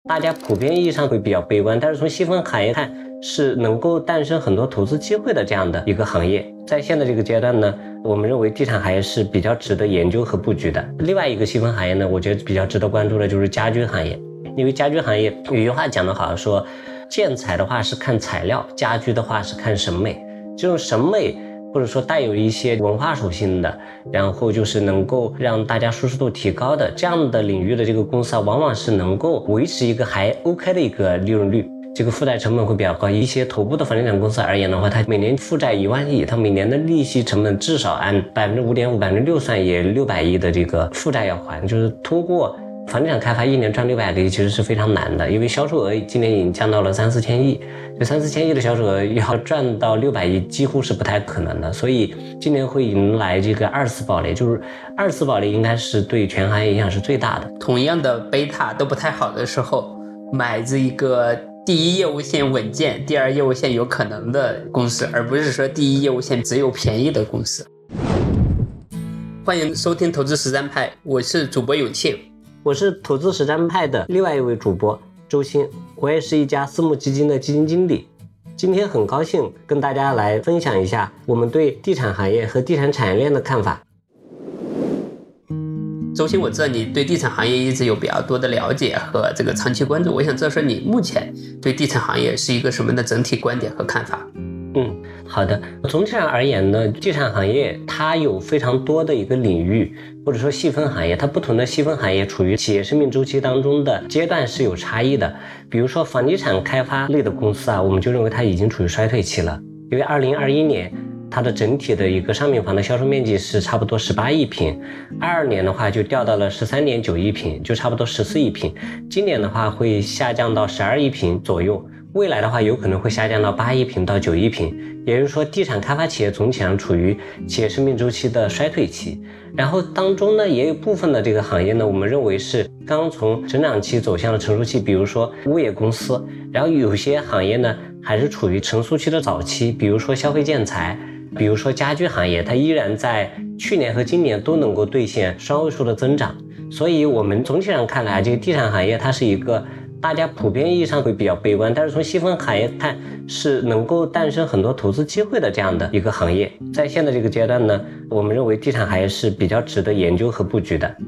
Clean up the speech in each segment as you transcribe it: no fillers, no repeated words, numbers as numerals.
大家普遍意义上会比较悲观，但是从细分行业看，是能够诞生很多投资机会的这样的一个行业。在现在这个阶段呢，我们认为地产行业是比较值得研究和布局的。另外一个细分行业呢，我觉得比较值得关注的就是家居行业，因为家居行业有一句话讲得好，说建材的话是看材料，家居的话是看审美。这种审美或者说带有一些文化属性的，然后就是能够让大家舒适度提高的这样的领域的这个公司往往是能够维持一个还 OK 的一个利润率，这个负债成本会比较高。一些头部的房地产公司而言的话，它每年负债1万亿，它每年的利息成本至少按5.5%、6%算也600亿的这个负债要还，就是通过房地产开发一年赚600个亿其实是非常难的，因为销售额今年已经降到了3-4千亿，这3-4千亿的销售额要赚到600亿几乎是不太可能的，所以今年会迎来这个2次暴雷，就是2次暴雷应该是对全行业影响是最大的。 同样的贝塔都不太好的时候，买这一个第一业务线稳健，第二业务线有可能的公司，而不是说第一业务线只有便宜的公司。欢迎收听投资实战派，我是主播永庆。 我是投资实战派的另外一位主播周鑫，我也是一家私募基金的基金经理。今天很高兴跟大家来分享一下我们对地产行业和地产产业链的看法。 周鑫，我知道你对地产行业一直有比较多的了解和这个长期关注，我想知道说你目前对地产行业是一个什么样的整体观点和看法？ 好的。总体上而言呢，地产行业它有非常多的一个领域，或者说细分行业，它不同的细分行业处于企业生命周期当中的阶段是有差异的。比如说房地产开发类的公司啊，我们就认为它已经处于衰退期了，因为2021年它的整体的一个商品房的销售面积是差不多18亿平，22年的话就掉到了13.9亿平，就差不多14亿平，今年的话会下降到12亿平左右，未来的话有可能会下降到8亿平到9亿平，也就是说地产开发企业总体上处于企业生命周期的衰退期。然后当中呢也有部分的这个行业呢，我们认为是刚从成长期走向了成熟期，比如说物业公司，然后有些行业呢还是处于成熟期的早期，比如说消费建材，比如说家居行业，它依然在去年和今年都能够兑现双位数的增长。所以我们总体上看来，这个地产行业它是一个大家普遍意义上会比较悲观，但是从细分行业看是能够诞生很多投资机会的这样的一个行业。在现在这个阶段呢，我们认为地产行业是比较值得研究和布局的。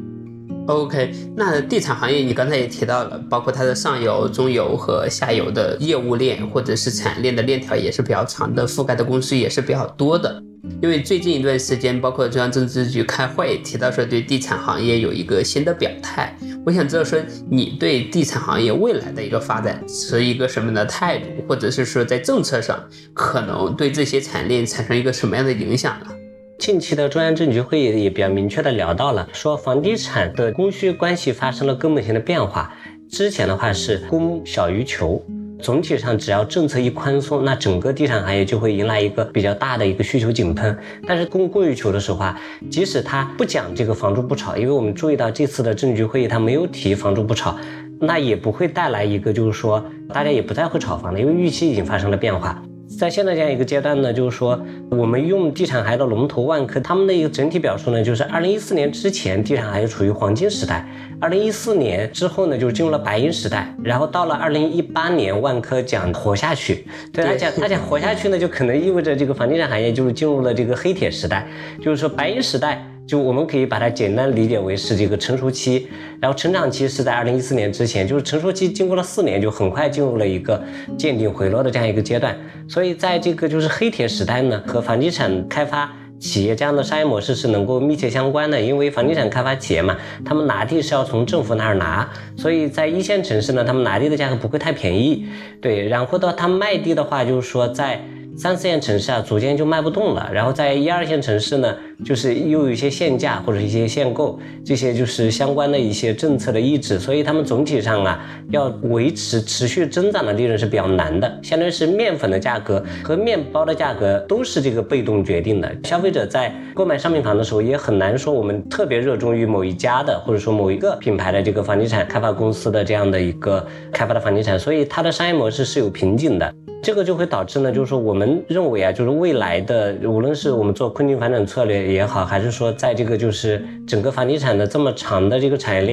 OK， 那地产行业你刚才也提到了，包括它的上游、中游和下游的业务链或者是产业链的链条也是比较长的，覆盖的公司也是比较多的。因为最近一段时间，包括中央政治局开会提到说对地产行业有一个新的表态，我想知道说你对地产行业未来的一个发展持一个什么样的态度，或者是说在政策上可能对这些产业链产生一个什么样的影响呢？ 近期的中央政治局会议也比较明确的聊到了，说房地产的供需关系发生了根本性的变化。之前的话是供小于求，总体上只要政策一宽松，那整个地产行业就会迎来一个比较大的一个需求井喷。但是供过于求的时候啊，即使它不讲这个房住不炒，因为我们注意到这次的政治局会议它没有提房住不炒，那也不会带来一个就是说大家也不再会炒房了，因为预期已经发生了变化。在现在这样一个阶段呢，就是说我们用地产行业的龙头万科他们的一个整体表述呢，就是2014年之前地产行业处于黄金时代，2014年之后呢就是进入了白银时代，然后到了2018年万科讲活下去，对他讲活下去呢，就可能意味着这个房地产行业就是进入了这个黑铁时代，就是说白银时代就我们可以把它简单理解为是这个成熟期，然后成长期是在2014年之前，就是成熟期经过了4年就很快进入了一个见顶回落的这样一个阶段。所以在这个就是黑铁时代呢，和房地产开发企业这样的商业模式是能够密切相关的，因为房地产开发企业嘛，他们拿地是要从政府那儿拿，所以在一线城市呢，他们拿地的价格不会太便宜，对，然后到他们卖地的话，就是说在3、4线城市啊，逐渐就卖不动了。然后在1、2线城市呢，就是又有一些限价或者一些限购，这些就是相关的一些政策的抑制，所以他们总体上啊，要维持持续增长的利润是比较难的。相当于是面粉的价格和面包的价格都是这个被动决定的。消费者在购买商品房的时候，也很难说我们特别热衷于某一家的，或者说某一个品牌的这个房地产开发公司的这样的一个开发的房地产，所以它的商业模式是有瓶颈的。这个就会导致呢，就是说我们认为啊，就是未来的无论是我们做困境反转策略也好，还是说在这个就是整个房地产的这么长的这个产业链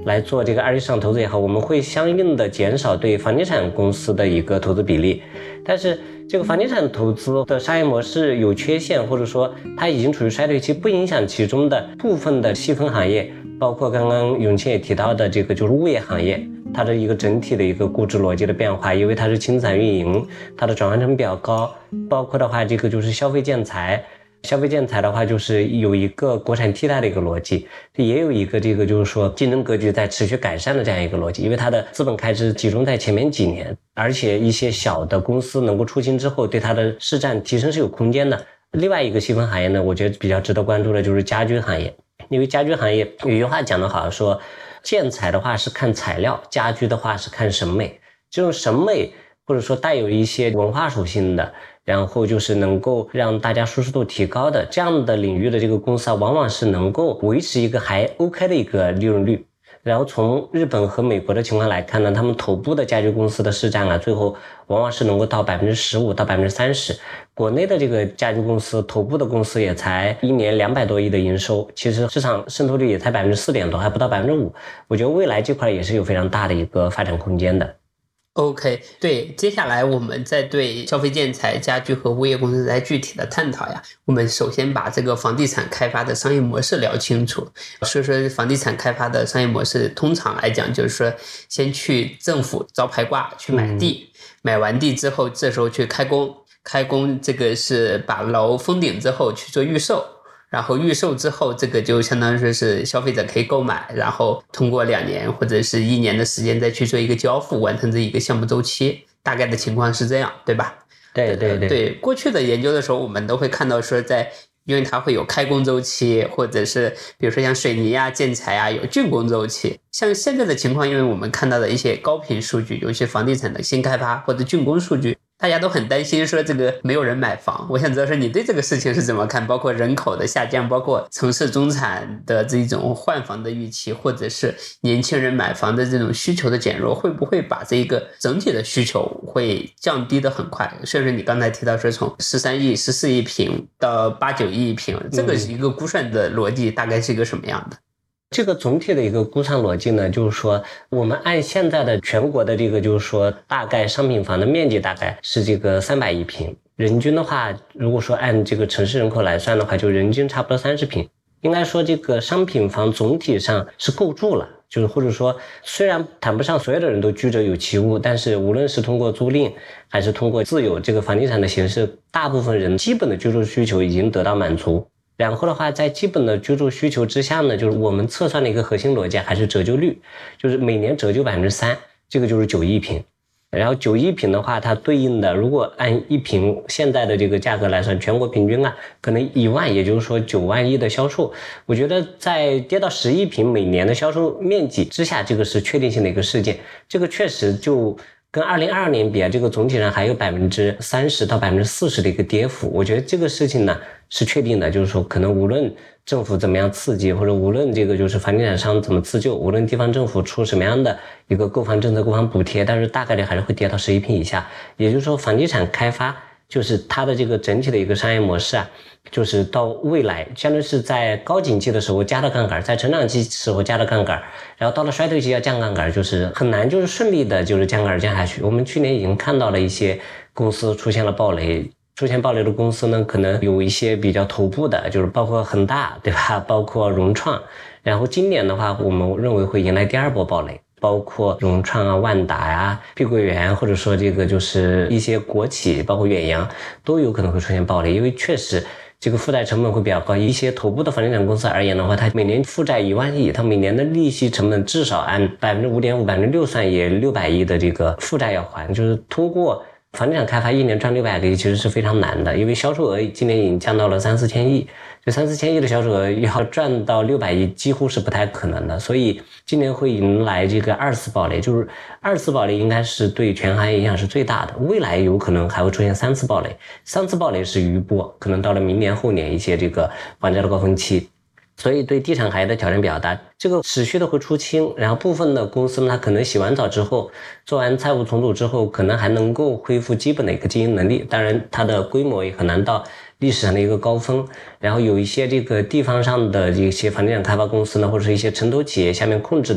来做这个二级市场投资也好，我们会相应的减少对房地产公司的一个投资比例。但是这个房地产投资的商业模式有缺陷，或者说它已经处于衰退期，不影响其中的部分的细分行业，包括刚刚永清也提到的这个就是物业行业，它的一个整体的一个估值逻辑的变化，因为它是轻资产运营，它的转换成本比较高，包括的话这个就是消费建材的话就是有一个国产替代的一个逻辑，也有一个这个就是说竞争格局在持续改善的这样一个逻辑，因为它的资本开支集中在前面几年，而且一些小的公司能够出清之后，对它的市占提升是有空间的。另外一个细分行业呢，我觉得比较值得关注的就是家居行业，因为家居行业有一句话讲得好，说建材的话是看材料，家居的话是看审美，这种审美或者说带有一些文化属性的，然后就是能够让大家舒适度提高的这样的领域的这个公司啊，往往是能够维持一个还 OK 的一个利润率。然后从日本和美国的情况来看呢，他们头部的家居公司的市占啊，最后往往是能够到 15% 到 30%。国内的这个家居公司头部的公司也才一年200多亿的营收，其实市场渗透率也才 4% 多，还不到 5%。我觉得未来这块也是有非常大的一个发展空间的。 OK， 对，接下来我们再对消费建材、家居和物业公司再具体的探讨呀。我们首先把这个房地产开发的商业模式聊清楚。所以说房地产开发的商业模式通常来讲就是说先去政府招牌挂去买地，买完地之后这时候去开工这个是把楼封顶之后去做预售，然后预售之后这个就相当于说是消费者可以购买，然后通过2年或者是1年的时间再去做一个交付，完成这一个项目周期，大概的情况是这样，对吧？对，过去的研究的时候我们都会看到说因为它会有开工周期，或者是比如说像水泥啊、建材啊有竣工周期。像现在的情况，因为我们看到的一些高频数据，有一些房地产的新开发或者竣工数据，大家都很担心说这个没有人买房。我想知道说你对这个事情是怎么看，包括人口的下降，包括城市中产的这种换房的预期，或者是年轻人买房的这种需求的减弱，会不会把这个整体的需求会降低的很快？甚至你刚才提到说从13亿、14亿平到8、9亿平，这个是一个估算的逻辑大概是一个什么样的？ 这个总体的一个估算逻辑呢，就是说我们按现在的全国的这个就是说大概商品房的面积大概是这个300亿平，人均的话如果说按这个城市人口来算的话，就人均差不多30平。应该说这个商品房总体上是够住了，就是或者说虽然谈不上所有的人都居者有其屋，但是无论是通过租赁还是通过自有这个房地产的形式，大部分人基本的居住需求已经得到满足。然后的话在基本的居住需求之下呢，就是我们测算的一个核心逻辑还是折旧率，就是每年折旧 3%， 这个就是9亿平。然后9亿平的话，它对应的如果按1平现在的这个价格来算，全国平均啊可能1万，也就是说9万亿的销售。我觉得在跌到10亿平每年的销售面积之下，这个是确定性的一个事件。这个确实就跟2022年比啊，这个总体上还有 30% 到 40% 的一个跌幅。我觉得这个事情呢是确定的，就是说可能无论政府怎么样刺激，或者无论这个就是房地产商怎么自救，无论地方政府出什么样的一个购房政策、购房补贴，但是大概率还是会跌到10亿平以下。也就是说房地产开发就是它的这个整体的一个商业模式啊，就是到未来相当于是在高景气的时候加大杠杆，在成长期时候加大杠杆，然后到了衰退期要降杠杆，就是很难就是顺利的就是降杆降下去。我们去年已经看到了一些公司出现了暴雷，出现暴雷的公司呢，可能有一些比较头部的，就是包括恒大，对吧？包括融创。然后今年的话，我们认为会迎来第2波暴雷，包括融创啊、万达呀、碧桂园，或者说这个就是一些国企，包括远洋，都有可能会出现暴雷，因为确实这个负债成本会比较高。一些头部的房地产公司而言的话，它每年负债1万亿，它每年的利息成本至少按 5.5%、6% 算也600亿的这个负债要还，就是通过房地产开发1年赚600个亿其实是非常难的，因为销售额今年已经降到了3、4千亿，这3、4千亿的销售额要赚到600亿几乎是不太可能的，所以今年会迎来这个2次暴雷，就是2次暴雷应该是对全行业影响是最大的，未来有可能还会出现3次暴雷，3次暴雷是余波，可能到了明年后年一些这个房价的高峰期。所以对地产行业的挑战比较大，这个持续的会出清，然后部分的公司呢，它可能洗完澡之后，做完财务重组之后，可能还能够恢复基本的一个经营能力，当然它的规模也很难到历史上的一个高峰。然后有一些这个地方上的这些房地产开发公司呢，或者是一些城投企业下面控制的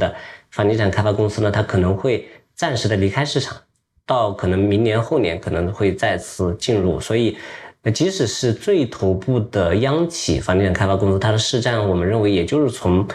房地产开发公司呢，它可能会暂时的离开市场，到可能明年后年可能会再次进入。所以即使是最头部的央企房地产开发公司，它的市占我们认为也就是从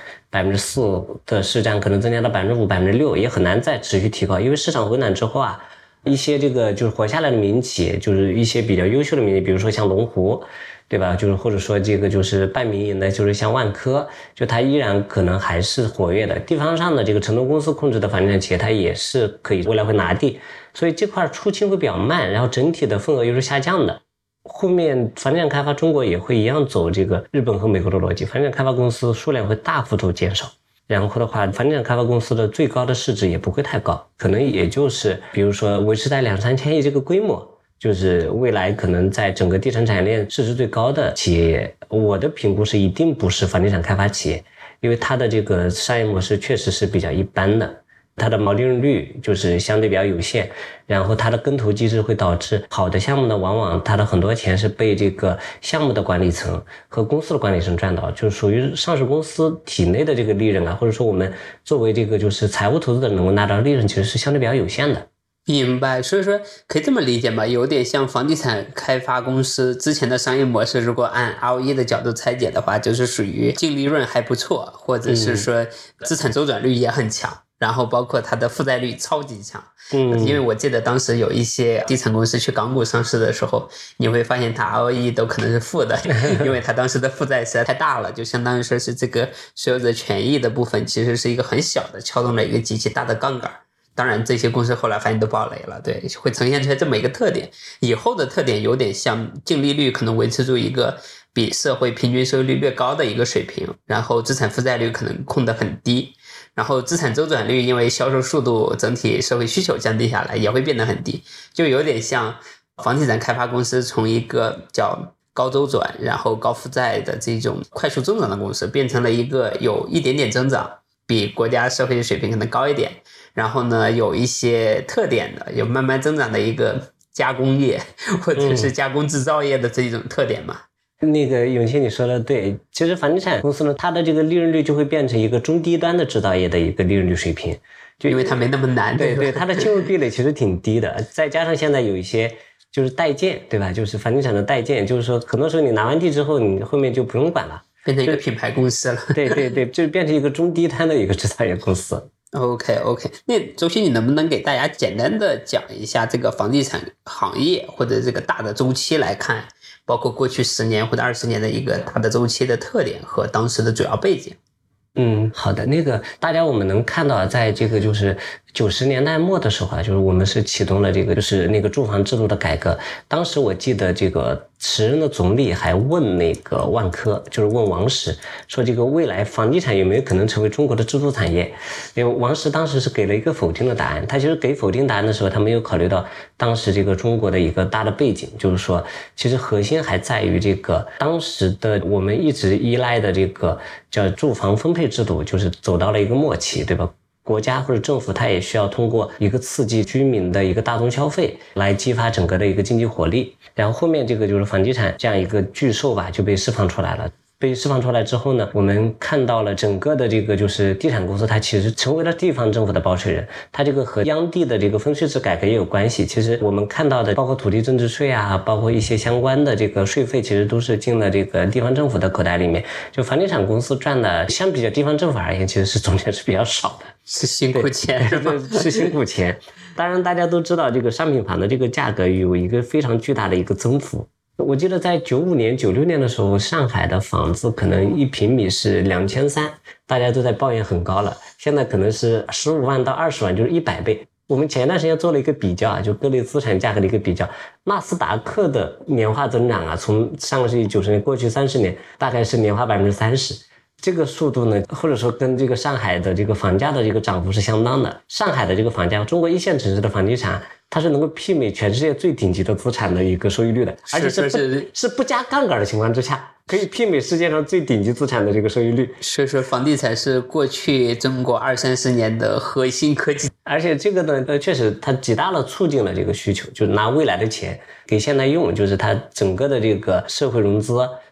4% 的市占可能增加到 5%、6%， 也很难再持续提高。因为市场回暖之后啊，一些这个就是活下来的民企，就是一些比较优秀的民企，比如说像龙湖，对吧？就是或者说这个就是半民营的，就是像万科，就它依然可能还是活跃的。地方上的这个承投公司控制的房地产企业，它也是可以未来会拿地，所以这块出清会比较慢，然后整体的份额又是下降的。后面房地产开发中国也会一样走这个日本和美国的逻辑，房地产开发公司数量会大幅度减少。然后的话，房地产开发公司的最高的市值也不会太高，可能也就是比如说维持在2-3千亿这个规模，就是未来可能在整个地产产业链市值最高的企业，我的评估是一定不是房地产开发企业，因为它的这个商业模式确实是比较一般的，它的毛利润率就是相对比较有限，然后它的跟投机制会导致好的项目呢，往往它的很多钱是被这个项目的管理层和公司的管理层赚到，就是属于上市公司体内的这个利润啊，或者说我们作为这个就是财务投资者能够拿到的利润其实是相对比较有限的。 明白，所以说可以这么理解吧，有点像房地产开发公司之前的商业模式，如果按 ROE 的角度拆解的话，就是属于净利润还不错，或者是说资产周转率也很强，然后包括它的负债率超级强。因为我记得当时有一些地产公司去港股上市的时候，你会发现它 ROE 都可能是负的，因为它当时的负债实在太大了，就相当于说是这个所有的权益的部分其实是一个很小的，撬动了一个极其大的杠杆。当然这些公司后来发现都爆雷了，对，会呈现出来这么一个特点。以后的特点有点像净利率可能维持住一个比社会平均收益率略高的一个水平，然后资产负债率可能控得很低，然后资产周转率因为销售速度整体社会需求降低下来也会变得很低，就有点像房地产开发公司从一个叫高周转然后高负债的这种快速增长的公司变成了一个有一点点增长，比国家社会水平可能高一点，然后呢有一些特点的，有慢慢增长的一个加工业或者是加工制造业的这种特点嘛。 那个永清你说的对，其实房地产公司呢，它的这个利润率就会变成一个中低端的制造业的一个利润率水平，就因为它没那么难。 对对，它的进入壁垒其实挺低的，再加上现在有一些就是代建，对吧？就是房地产的代建，就是说很多时候你拿完地之后，你后面就不用管了， 变成一个品牌公司了。 对对对，就变成一个中低端的一个制造业公司。 OK， 那周鑫，你能不能给大家简单的讲一下这个房地产行业或者这个大的周期来看，包括过去10年或者20年的一个大的周期的特点和当时的主要背景？ 好的，那个大家我们能看到，在这个就是90年代末的时候啊，就是我们是启动了这个就是那个住房制度的改革。当时我记得这个时任的总理还问那个万科，就是问王石说这个未来房地产有没有可能成为中国的支柱产业？因为王石当时是给了一个否定的答案。他其实给否定答案的时候，他没有考虑到当时这个中国的一个大的背景，就是说其实核心还在于这个当时的我们一直依赖的这个叫住房分配制度，就是走到了一个末期，对吧？国家或者政府它也需要通过一个刺激居民的一个大宗消费来激发整个的一个经济活力，然后后面这个就是房地产这样一个巨兽吧就被释放出来了。被释放出来之后呢，我们看到了整个的这个就是地产公司它其实成为了地方政府的包税人，它这个和央地的这个分税制改革也有关系。其实我们看到的包括土地增值税啊，包括一些相关的这个税费，其实都是进了这个地方政府的口袋里面，就房地产公司赚的相比较地方政府而言其实是中间是比较少的， 是辛苦钱是吧？ 是辛苦钱。当然大家都知道这个商品房的这个价格有一个非常巨大的一个增幅。我记得在95年96年的时候，上海的房子可能1平米是2300，大家都在抱怨很高了，现在可能是15万到20万，就是100倍。我们前一段时间做了一个比较啊，就各类资产价格的一个比较，纳斯达克的年化增长啊，从上个世纪90年过去30年大概是年化30%，这个速度呢，或者说跟这个上海的这个房价的这个涨幅是相当的。上海的这个房价，中国1线城市的房地产，它是能够媲美全世界最顶级的资产的一个收益率的，而且是不加杠杆的情况之下，可以媲美世界上最顶级资产的这个收益率。 所以说房地产是过去中国20-30年的核心科技， 而且这个呢，确实它极大的促进了这个需求，就是拿未来的钱给现在用，就是它整个的这个社会融资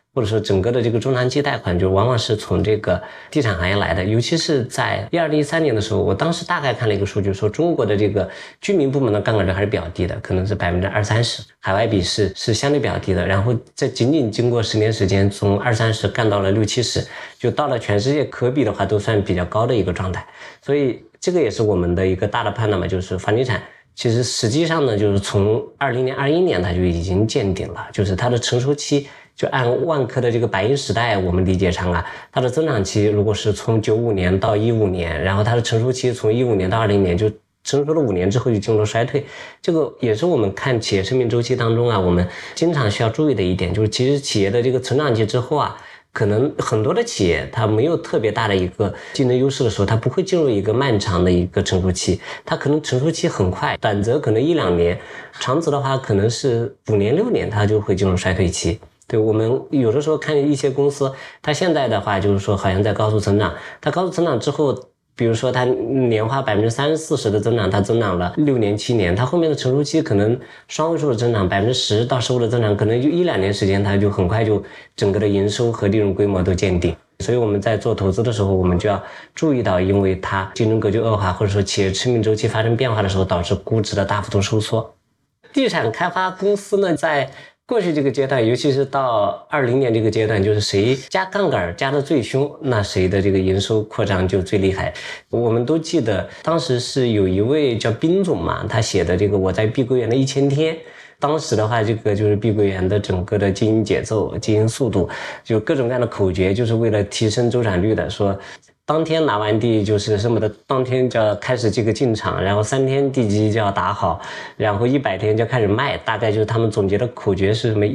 或者说整个的这个中长期贷款，就往往是从这个地产行业来的。尤其是在2013年的时候，我当时大概看了一个数据，说中国的这个居民部门的杠杆率还是比较低的，可能是20-30%，海外比是相对比较低的。然后这仅仅经过10年时间，从20-30干到了60-70%，就到了全世界可比的话都算比较高的一个状态。所以这个也是我们的一个大的判断嘛，就是房地产其实实际上呢，就是从20年、21年它就已经见顶了，就是它的成熟期，就按万科的这个白银时代我们理解成它的增长期如果是从95年到15年，然后它的成熟期从15年到20年，就成熟了5年之后就进入了衰退。这个也是我们看企业生命周期当中我们经常需要注意的一点，就是其实企业的这个成长期之后可能很多的企业它没有特别大的一个竞争优势的时候，它不会进入一个漫长的一个成熟期，它可能成熟期很快，短则可能1-2年，长则的话可能是5年6年它就会进入衰退期。对，我们有的时候看一些公司，它现在的话就是说好像在高速成长，它高速成长之后，比如说它年化30%-40%的增长，它增长了6年7年，它后面的成熟期可能双位数的增长10%到15%的增长，可能就1-2年时间，它就很快就整个的营收和利润规模都见顶。所以我们在做投资的时候，我们就要注意到，因为它竞争格局恶化，或者说企业生命周期发生变化的时候，导致估值的大幅度收缩。地产开发公司呢，在过去这个阶段，尤其是到20年这个阶段，就是谁加杠杆加的最凶，那谁的这个营收扩张就最厉害。我们都记得当时是有一位叫宾总嘛，他写的这个我在碧桂园的1000天，当时的话这个就是碧桂园的整个的经营节奏、经营速度，就各种各样的口诀，就是为了提升周转率的，说当天拿完地就是什么的，当天就要开始这个进场，然后3天地基就要打好，然后100天就开始卖，大概就是他们总结的口诀是什么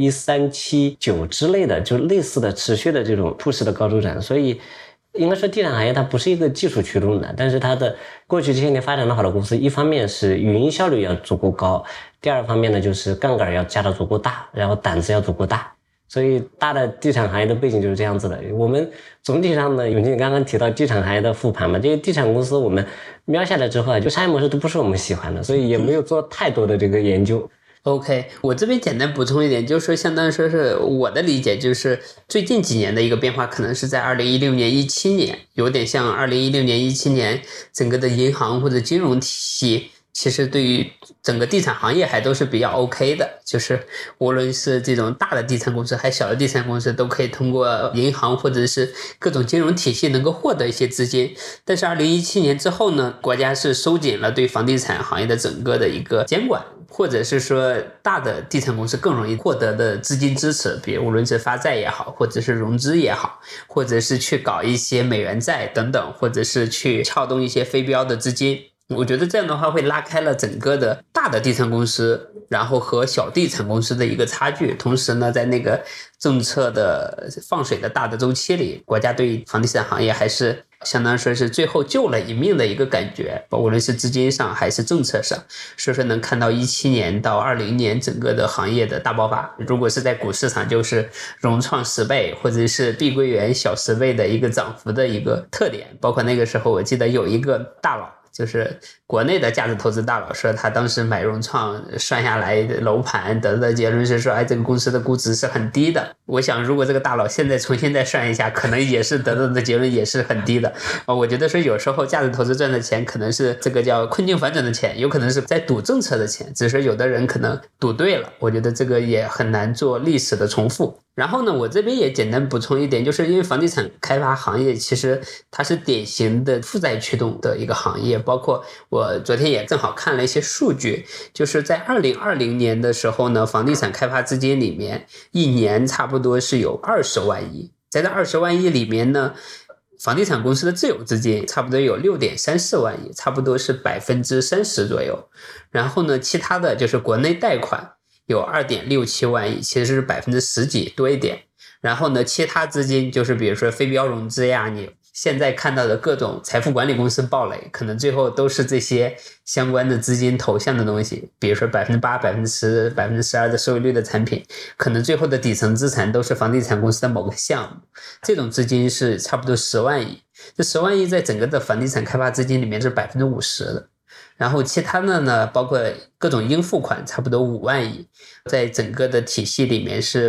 1379之类的，就类似的持续的这种push的高周转。所以应该说地产行业它不是一个技术驱动的，但是它的过去这些年发展的好的公司，一方面是运营效率要足够高，第二方面呢就是杠杆要加的足够大，然后胆子要足够大。所以大的地产行业的背景就是这样子的。我们总体上呢，永庆刚刚提到地产行业的复盘嘛，这些地产公司我们瞄下来之后就商业模式都不是我们喜欢的，所以也没有做太多的这个研究。 OK， 我这边简单补充一点，就是说相当于说是我的理解，就是最近几年的一个变化，可能是在2016年、17年，有点像2016年、17年整个的银行或者金融体系。其实对于整个地产行业还都是比较 OK 的，就是无论是这种大的地产公司还是小的地产公司，都可以通过银行或者是各种金融体系能够获得一些资金。但是2017年之后呢，国家是收紧了对房地产行业的整个的一个监管，或者是说大的地产公司更容易获得的资金支持，比如无论是发债也好，或者是融资也好，或者是去搞一些美元债等等，或者是去撬动一些非标的资金。我觉得这样的话会拉开了整个的大的地产公司然后和小地产公司的一个差距，同时呢在那个政策的放水的大的周期里，国家对房地产行业还是相当说是最后救了一命的一个感觉，无论是资金上还是政策上。所以说能看到17年到20年整个的行业的大爆发，如果是在股市场就是融创10倍或者是碧桂园小10倍的一个涨幅的一个特点。包括那个时候我记得有一个大佬，就是国内的价值投资大佬，说他当时买融创算下来楼盘得的结论是说，这个公司的估值是很低的。我想如果这个大佬现在重新再算一下，可能也是得到的结论也是很低的。我觉得说有时候价值投资赚的钱可能是这个叫困境反转的钱，有可能是在赌政策的钱，只是说有的人可能赌对了，我觉得这个也很难做历史的重复。然后呢，我这边也简单补充一点，就是因为房地产开发行业其实它是典型的负债驱动的一个行业，包括我昨天也正好看了一些数据，就是在2020年的时候呢，房地产开发资金里面一年差不多是有20万亿，在这20万亿里面呢，房地产公司的自有资金差不多有6.34万亿，差不多是30%左右。然后呢，其他的就是国内贷款有2.67万亿，其实是10%几多一点。然后呢，其他资金就是比如说非标融资呀，你现在看到的各种财富管理公司爆雷，可能最后都是这些相关的资金投向的东西，比如说8%、10%、12%的收益率的产品，可能最后的底层资产都是房地产公司的某个项目，这种资金是差不多10万亿。这10万亿在整个的房地产开发资金里面是50%的。 然后其他的呢，包括各种应付款，差不多5万亿，在整个的体系里面是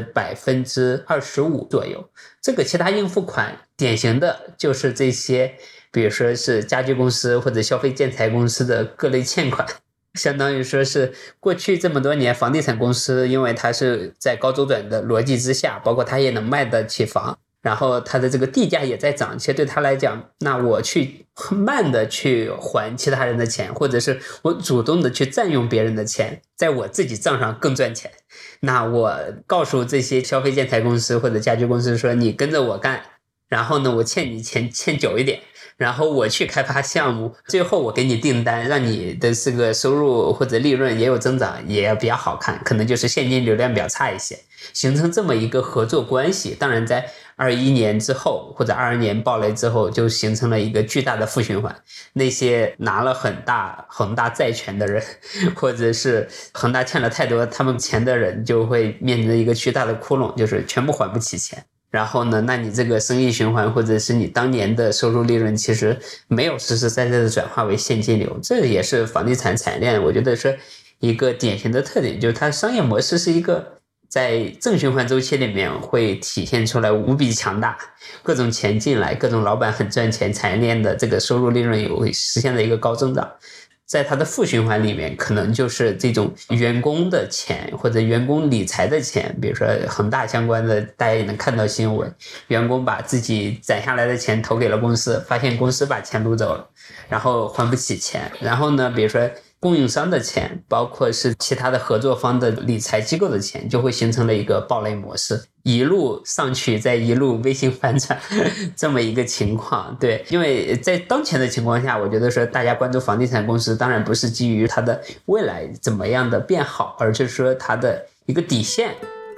25%左右。这个其他应付款典型的就是这些，比如说是家居公司或者消费建材公司的各类欠款，相当于说是过去这么多年房地产公司，因为它是在高周转的逻辑之下，包括它也能卖得起房，然后它的这个地价也在涨，其实对他来讲，那我去慢的去还其他人的钱，或者是我主动的去占用别人的钱，在我自己账上更赚钱。那我告诉这些消费建材公司或者家居公司说，你跟着我干，然后呢，我欠你钱欠久一点，然后我去开发项目，最后我给你订单，让你的这个收入或者利润也有增长，也比较好看，可能就是现金流量比较差一些，形成这么一个合作关系。当然在21年之后或者22年暴雷之后，就形成了一个巨大的负循环。那些拿了恒大债权的人，或者是恒大欠了太多他们钱的人，就会面临一个巨大的窟窿，就是全部还不起钱。然后呢，那你这个生意循环或者是你当年的收入利润其实没有实实在在的转化为现金流，这也是房地产产业链我觉得是一个典型的特点，就是它商业模式是一个在正循环周期里面会体现出来无比强大，各种钱进来，各种老板很赚钱，产业链的这个收入利润也会实现了一个高增长。在它的负循环里面，可能就是这种员工的钱或者员工理财的钱，比如说恒大相关的，大家也能看到新闻，员工把自己攒下来的钱投给了公司，发现公司把钱撸走了，然后还不起钱。然后呢，比如说供应商的钱，包括是其他的合作方的理财机构的钱，就会形成了一个暴雷模式，一路上去再一路微型反转这么一个情况。对，因为在当前的情况下，我觉得说大家关注房地产公司当然不是基于它的未来怎么样的变好，而是说它的一个底线。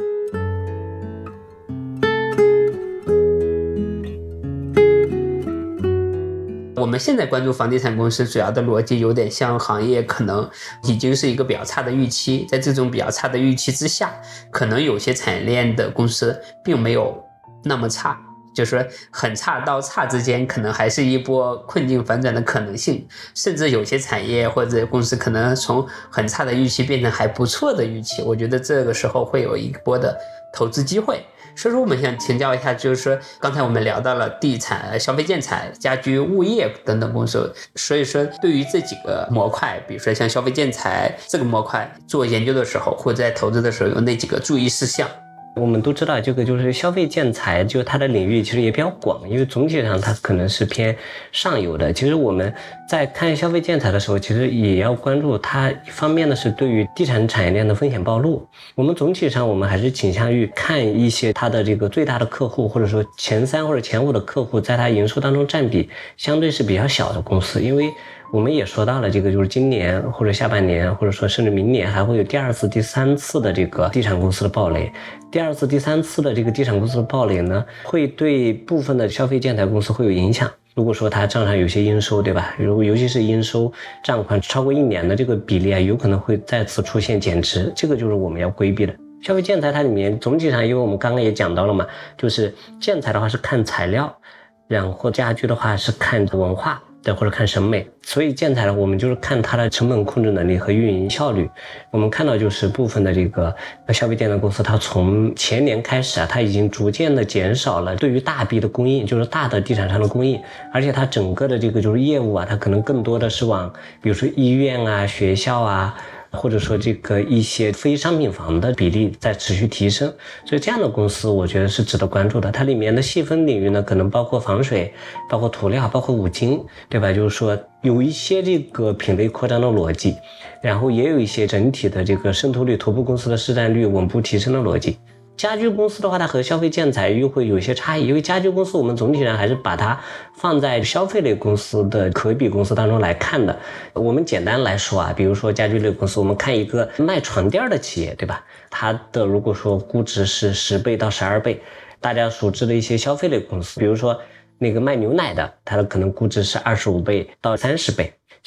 我们现在关注房地产公司主要的逻辑有点像行业可能已经是一个比较差的预期，在这种比较差的预期之下，可能有些产业链的公司并没有那么差，就是说很差到差之间可能还是一波困境反转的可能性，甚至有些产业或者公司可能从很差的预期变成还不错的预期，我觉得这个时候会有一波的投资机会。所以说我们想请教一下，就是说刚才我们聊到了地产、消费建材、家居、物业等等公司，所以说对于这几个模块，比如说像消费建材这个模块做研究的时候或者在投资的时候有哪几个注意事项？ 我们都知道这个就是消费建材，就它的领域其实也比较广，因为总体上它可能是偏上游的。其实我们在看消费建材的时候，其实也要关注它，一方面呢是对于地产产业链的风险暴露。我们总体上我们还是倾向于看一些它的这个最大的客户，或者说前3或者前5的客户，在它营收当中占比相对是比较小的公司，因为我们也说到了这个，就是今年或者下半年，或者说甚至明年还会有第2次、第3次的这个地产公司的暴雷。第2次、第3次的这个地产公司的暴雷呢，会对部分的消费建材公司会有影响。如果说它账上有些应收，对吧？尤其是应收账款超过1年的这个比例啊，有可能会再次出现减值，这个就是我们要规避的。消费建材它里面总体上，因为我们刚刚也讲到了嘛，就是建材的话是看材料，然后家居的话是看文化，对，或者看审美，所以建材呢，我们就是看它的成本控制能力和运营效率。我们看到就是部分的这个消费建材公司，它从前年开始啊，它已经逐渐的减少了对于大笔的供应，就是大的地产商的供应，而且它整个的这个就是业务啊，它可能更多的是往比如说医院啊、学校啊，或者说这个一些非商品房的比例在持续提升，所以这样的公司我觉得是值得关注的。它里面的细分领域呢，可能包括防水，包括涂料，包括五金，对吧？就是说有一些这个品类扩张的逻辑，然后也有一些整体的这个渗透率、头部公司的市占率稳步提升的逻辑。家居公司的话，它和消费建材又会有一些差异，因为家居公司我们总体上还是把它放在消费类公司的可比公司当中来看的。我们简单来说啊，比如说家居类公司，我们看一个卖床垫的企业，对吧？它的如果说估值是10倍到12倍，大家熟知的一些消费类公司，比如说那个卖牛奶的，它的可能估值是25倍到30倍。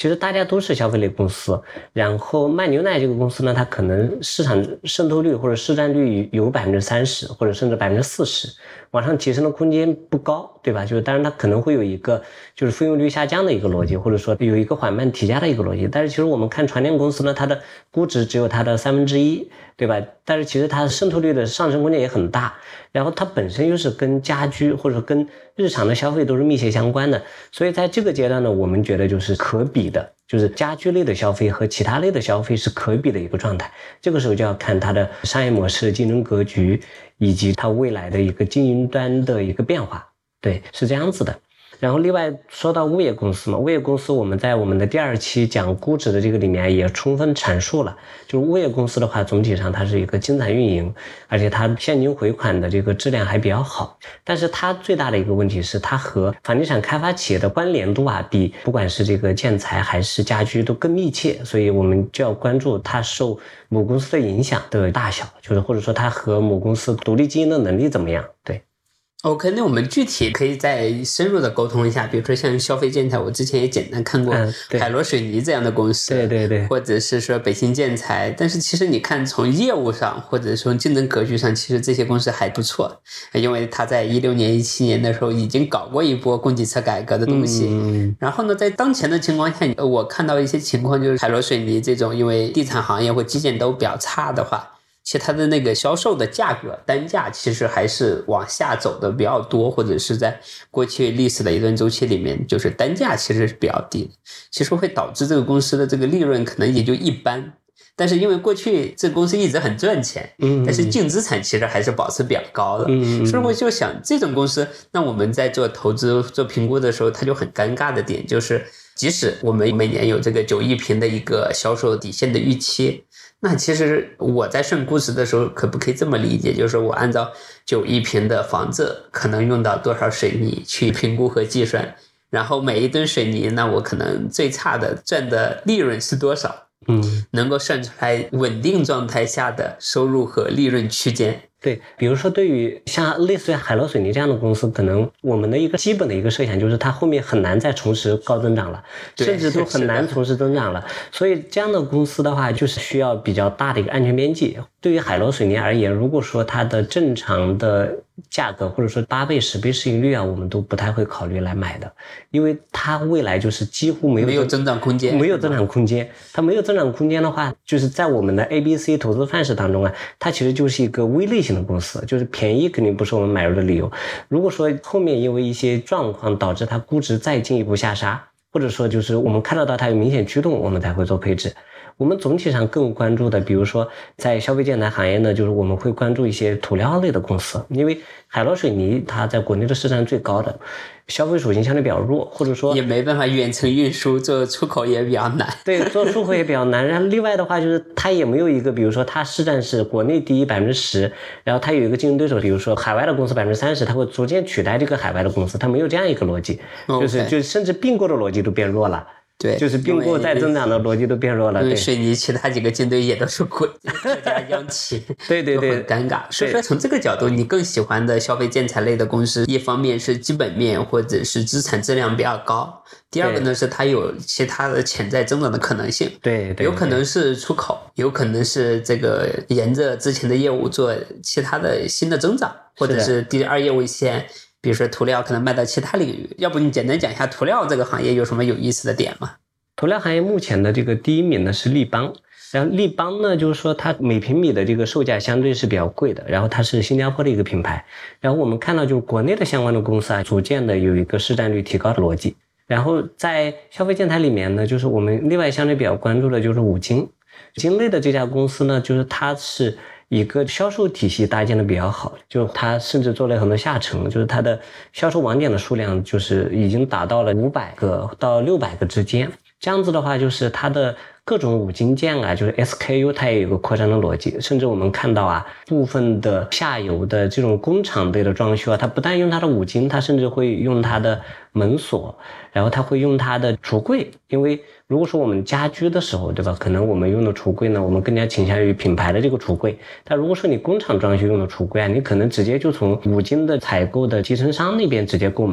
其实大家都是消费类公司，然后卖牛奶这个公司呢，它可能市场渗透率或者市占率有30%或者甚至40%，往上提升的空间不高，对吧？就是当然它可能会有一个就是费用率下降的一个逻辑，或者说有一个缓慢提价的一个逻辑。但是其实我们看船电公司呢，它的估值只有它的1/3，对吧？但是其实它的渗透率的上升空间也很大，然后它本身又是跟家居或者跟日常的消费都是密切相关的，所以在这个阶段呢，我们觉得就是可比的，就是家居类的消费和其他类的消费是可比的一个状态。这个时候就要看它的商业模式、竞争格局以及它未来的一个经营端的一个变化，对，是这样子的。然后另外说到物业公司嘛，物业公司我们在我们的第2期讲估值的这个里面也充分阐述了，就是物业公司的话，总体上它是一个精彩运营，而且它现金回款的这个质量还比较好。但是它最大的一个问题是，它和房地产开发企业的关联度啊，比不管是这个建材还是家居都更密切，所以我们就要关注它受母公司的影响的大小，就是或者说它和母公司独立经营的能力怎么样，对。 OK， 那我们具体可以再深入的沟通一下，比如说像消费建材，我之前也简单看过海螺水泥这样的公司， 对， 或者是说北新建材，但是其实你看从业务上或者说竞争格局上，其实这些公司还不错，因为它在16年、17年的时候已经搞过一波供给侧改革的东西，然后呢，在当前的情况下，我看到一些情况就是海螺水泥这种，因为地产行业或基建都比较差的话。其实它的那个销售的价格单价其实还是往下走的比较多，或者是在过去历史的一段周期里面，就是单价其实是比较低的，其实会导致这个公司的这个利润可能也就一般。但是因为过去这个公司一直很赚钱，但是净资产其实还是保持比较高的，所以我就想这种公司，那我们在做投资做评估的时候，它就很尴尬的点就是，即使我们每年有这个9亿平的一个销售底线的预期。那其实我在算估值的时候，可不可以这么理解？就是我按照9亿平的房子可能用到多少水泥去评估和计算，然后每一吨水泥，那我可能最差的赚的利润是多少？能够算出来稳定状态下的收入和利润区间。 对，比如说对于像类似于海螺水泥这样的公司，可能我们的一个基本的一个设想就是它后面很难再重拾高增长了，甚至都很难重拾增长了。所以这样的公司的话，就是需要比较大的一个安全边际。对于海螺水泥而言，如果说它的正常的价格或者说8倍、10倍市盈率啊，我们都不太会考虑来买的，因为它未来就是几乎没有增长空间， 没有增长空间。它没有增长空间的话，就是在我们的 ABC 投资范式当中啊，它其实就是一个微类型的公司，就是便宜肯定不是我们买入的理由。如果说后面因为一些状况导致它估值再进一步下杀，或者说就是我们看得到它有明显驱动，我们才会做配置。我们总体上更关注的，比如说在消费建材行业呢，就是我们会关注一些涂料类的公司，因为海螺水泥它在国内的市占最高的，消费属性相对比较弱，或者说也没办法远程运输，做出口也比较难。 对，做出口也比较难。然后另外的话就是它也没有一个，比如说它市占是国内第一10%，然后它有一个竞争对手，比如说海外的公司30%，它会逐渐取代这个海外的公司，它没有这样一个逻辑，就是甚至并购的逻辑都变弱了。 对， 就是并购再增长的逻辑都变弱了。 因为水泥其他几个竞对也都是国家央企， 对， 很尴尬。所以说从这个角度，你更喜欢的消费建材类的公司，一方面是基本面或者是资产质量比较高，第二个呢是它有其他的潜在增长的可能性。 对， 有可能是出口，有可能是这个沿着之前的业务做其他的新的增长，或者是第二业务线。比如说涂料可能卖到其他领域，要不你简单讲一下涂料这个行业有什么有意思的点吗？ 涂料行业目前的这个第一名呢是立邦，然后立邦呢就是说它每平米的这个售价相对是比较贵的，然后它是新加坡的一个品牌，然后我们看到就是国内的相关的公司啊，逐渐的有一个市占率提高的逻辑。然后在消费建材里面呢，就是我们另外相对比较关注的就是五金类的这家公司呢，就是它是一个销售体系搭建的比较好，就它甚至做了很多下沉，就是它的销售网点的数量就是已经达到了500个到600个之间。这样子的话，就是它的各种五金件啊，就是 SKU 它也有个扩张的逻辑，甚至我们看到啊，部分的下游的这种工厂类的装修啊，它不但用它的五金，它甚至会用它的门锁，然后它会用它的橱柜，因为如果说我们家居的时候，对吧，可能我们用的橱柜呢，我们更加倾向于品牌的这个橱柜，但如果说你工厂装修用的橱柜啊，你可能直接就从五金的采购的集成商那边直接购买。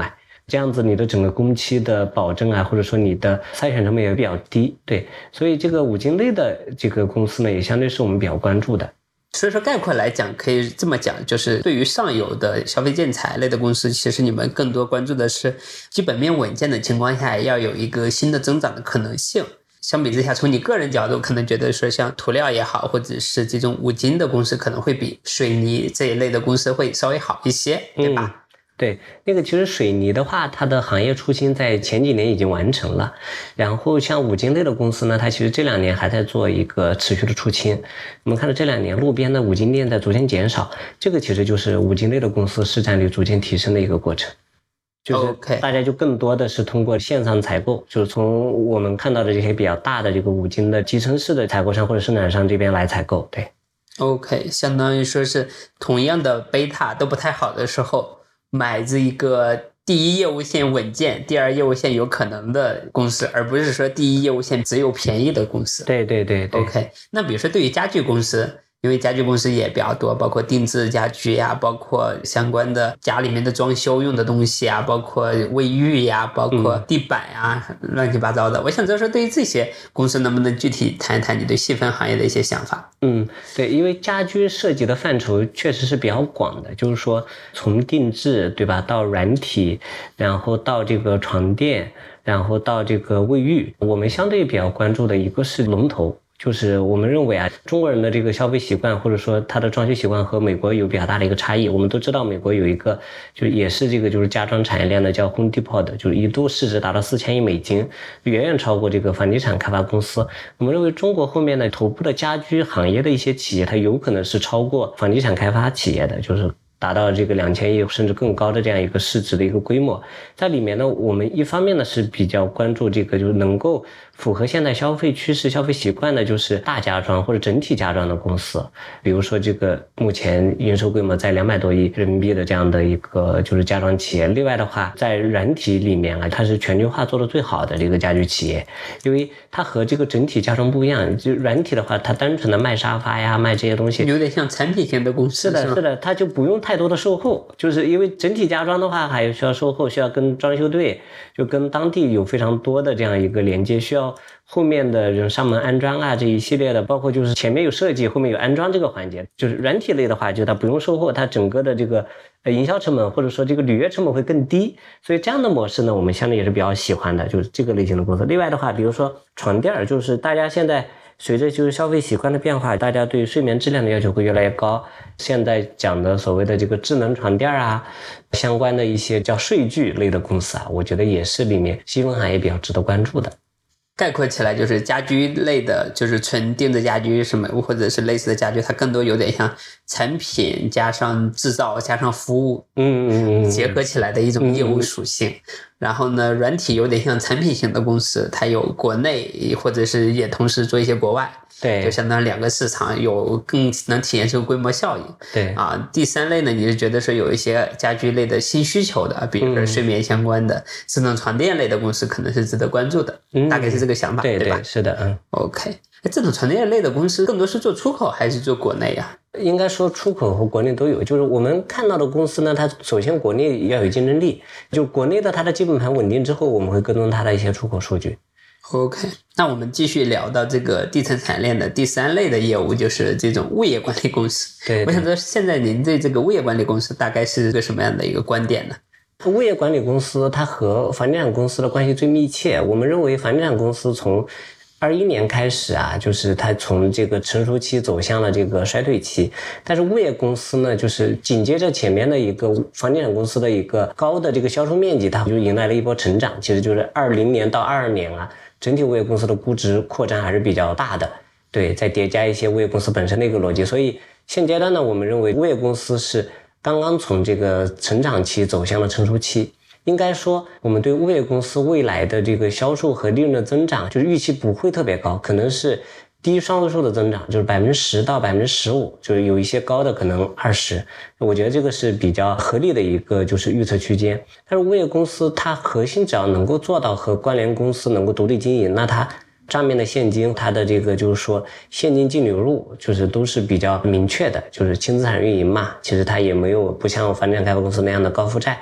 这样子你的整个工期的保证啊，或者说你的筛选成本也比较低。对，所以这个五金类的这个公司呢，也相对是我们比较关注的。 所以说概括来讲，可以这么讲，就是对于上游的消费建材类的公司，其实你们更多关注的是基本面稳健的情况下，要有一个新的增长的可能性。相比之下，从你个人角度，可能觉得说像涂料也好，或者是这种五金的公司，可能会比水泥这一类的公司会稍微好一些，对吧？ 对，那个其实水泥的话，它的行业出清在前几年已经完成了，然后像五金类的公司呢，它其实这2年还在做一个持续的出清。我们看到这2年路边的五金店在逐渐减少，这个其实就是五金类的公司市占率逐渐提升的一个过程。就是大家就更多的是通过线上采购，就是从我们看到的这些比较大的这个五金的集成式的采购商或者生产商这边来采购。对 ，OK， 相当于说是同样的贝塔都不太好的时候，买这一个第一业务线稳健，第二业务线有可能的公司，而不是说第一业务线只有便宜的公司。 对对对对。 OK， 那比如说对于家具公司，因为家具公司也比较多，包括定制家居呀，包括相关的家里面的装修用的东西啊，包括卫浴呀，包括地板呀，乱七八糟的。我想知道说，对于这些公司，能不能具体谈一谈你对细分行业的一些想法？ 对，因为家居涉及的范畴确实是比较广的，就是说从定制，对吧，到软体，然后到这个床垫，然后到这个卫浴，我们相对比较关注的一个是龙头。就是我们认为啊，中国人的这个消费习惯或者说他的装修习惯和美国有比较大的一个差异。我们都知道美国有一个就是也是这个就是家装产业链的叫 Home Depot 的，就是一度市值达到4000亿美金，远远超过这个房地产开发公司。我们认为中国后面的头部的家居行业的一些企业，它有可能是超过房地产开发企业的，就是达到这个2000亿甚至更高的这样一个市值的一个规模。在里面呢，我们一方面呢是比较关注这个就是能够符合现在消费趋势消费习惯的就是大家装或者整体家装的公司，比如说这个目前营收规模在200多亿人民币的这样的一个就是家装企业。另外的话，在软体里面啊，它是全球化做得最好的这个家居企业，因为它和这个整体家装不一样。就软体的话，它单纯的卖沙发呀，卖这些东西， 有点像产品型的公司。 是的，它就不用太多的售后，就是因为整体家装的话还需要售后，需要跟装修队就跟当地有非常多的这样一个连接，需要后面的人上门安装啊，这一系列的，包括就是前面有设计，后面有安装这个环节。就是软体类的话，就它不用售后，它整个的这个营销成本或者说这个履约成本会更低，所以这样的模式呢，我们相对也是比较喜欢的，就是这个类型的公司。另外的话，比如说床垫，就是大家现在随着就是消费习惯的变化，大家对睡眠质量的要求会越来越高。现在讲的所谓的这个智能床垫啊，相关的一些叫睡具类的公司啊，我觉得也是里面细分行业比较值得关注的。 概括起来就是家居类的，就是纯定制家居什么或者是类似的家居，它更多有点像产品加上制造加上服务结合起来的一种业务属性。然后呢，软体有点像产品型的公司，它有国内或者是也同时做一些国外， 对， 就相当于2个市场，有更能体现出规模效应。 对啊，第3类呢，你是觉得说有一些家居类的新需求的，比如说睡眠相关的、智能床垫类的公司，可能是值得关注的，大概是这个想法，对吧？ 对，是的 ，OK。智能床垫类的公司更多是做出口还是做国内呀？ 应该说出口和国内都有，就是我们看到的公司呢，它首先国内要有竞争力，就国内的它的基本盘稳定之后，我们会跟踪它的一些出口数据。 OK， 那我们继续聊到这个地层产业链的第3类的业务，就是这种物业管理公司。 对， 我想知道现在您对这个物业管理公司大概是个什么样的一个观点呢？ 物业管理公司它和房地产公司的关系最密切，我们认为房地产公司从21年开始啊，就是它从这个成熟期走向了这个衰退期，但是物业公司呢，就是紧接着前面的一个房地产公司的一个高的这个销售面积，它就迎来了一波成长。其实就是20年到22年啊，整体物业公司的估值扩张还是比较大的，对，再叠加一些物业公司本身的一个逻辑，所以现阶段呢，我们认为物业公司是刚刚从这个成长期走向了成熟期。应该说我们对物业公司未来的这个销售和利润的增长就是预期不会特别高，可能是低双位数的增长，就是10%到15%，就是有一些高的可能20%，我觉得这个是比较合理的一个就是预测区间。但是物业公司它核心只要能够做到和关联公司能够独立经营，那它账面的现金，它的这个就是说现金净流入就是都是比较明确的，就是轻资产运营嘛，其实它也没有不像房地产开发公司那样的高负债。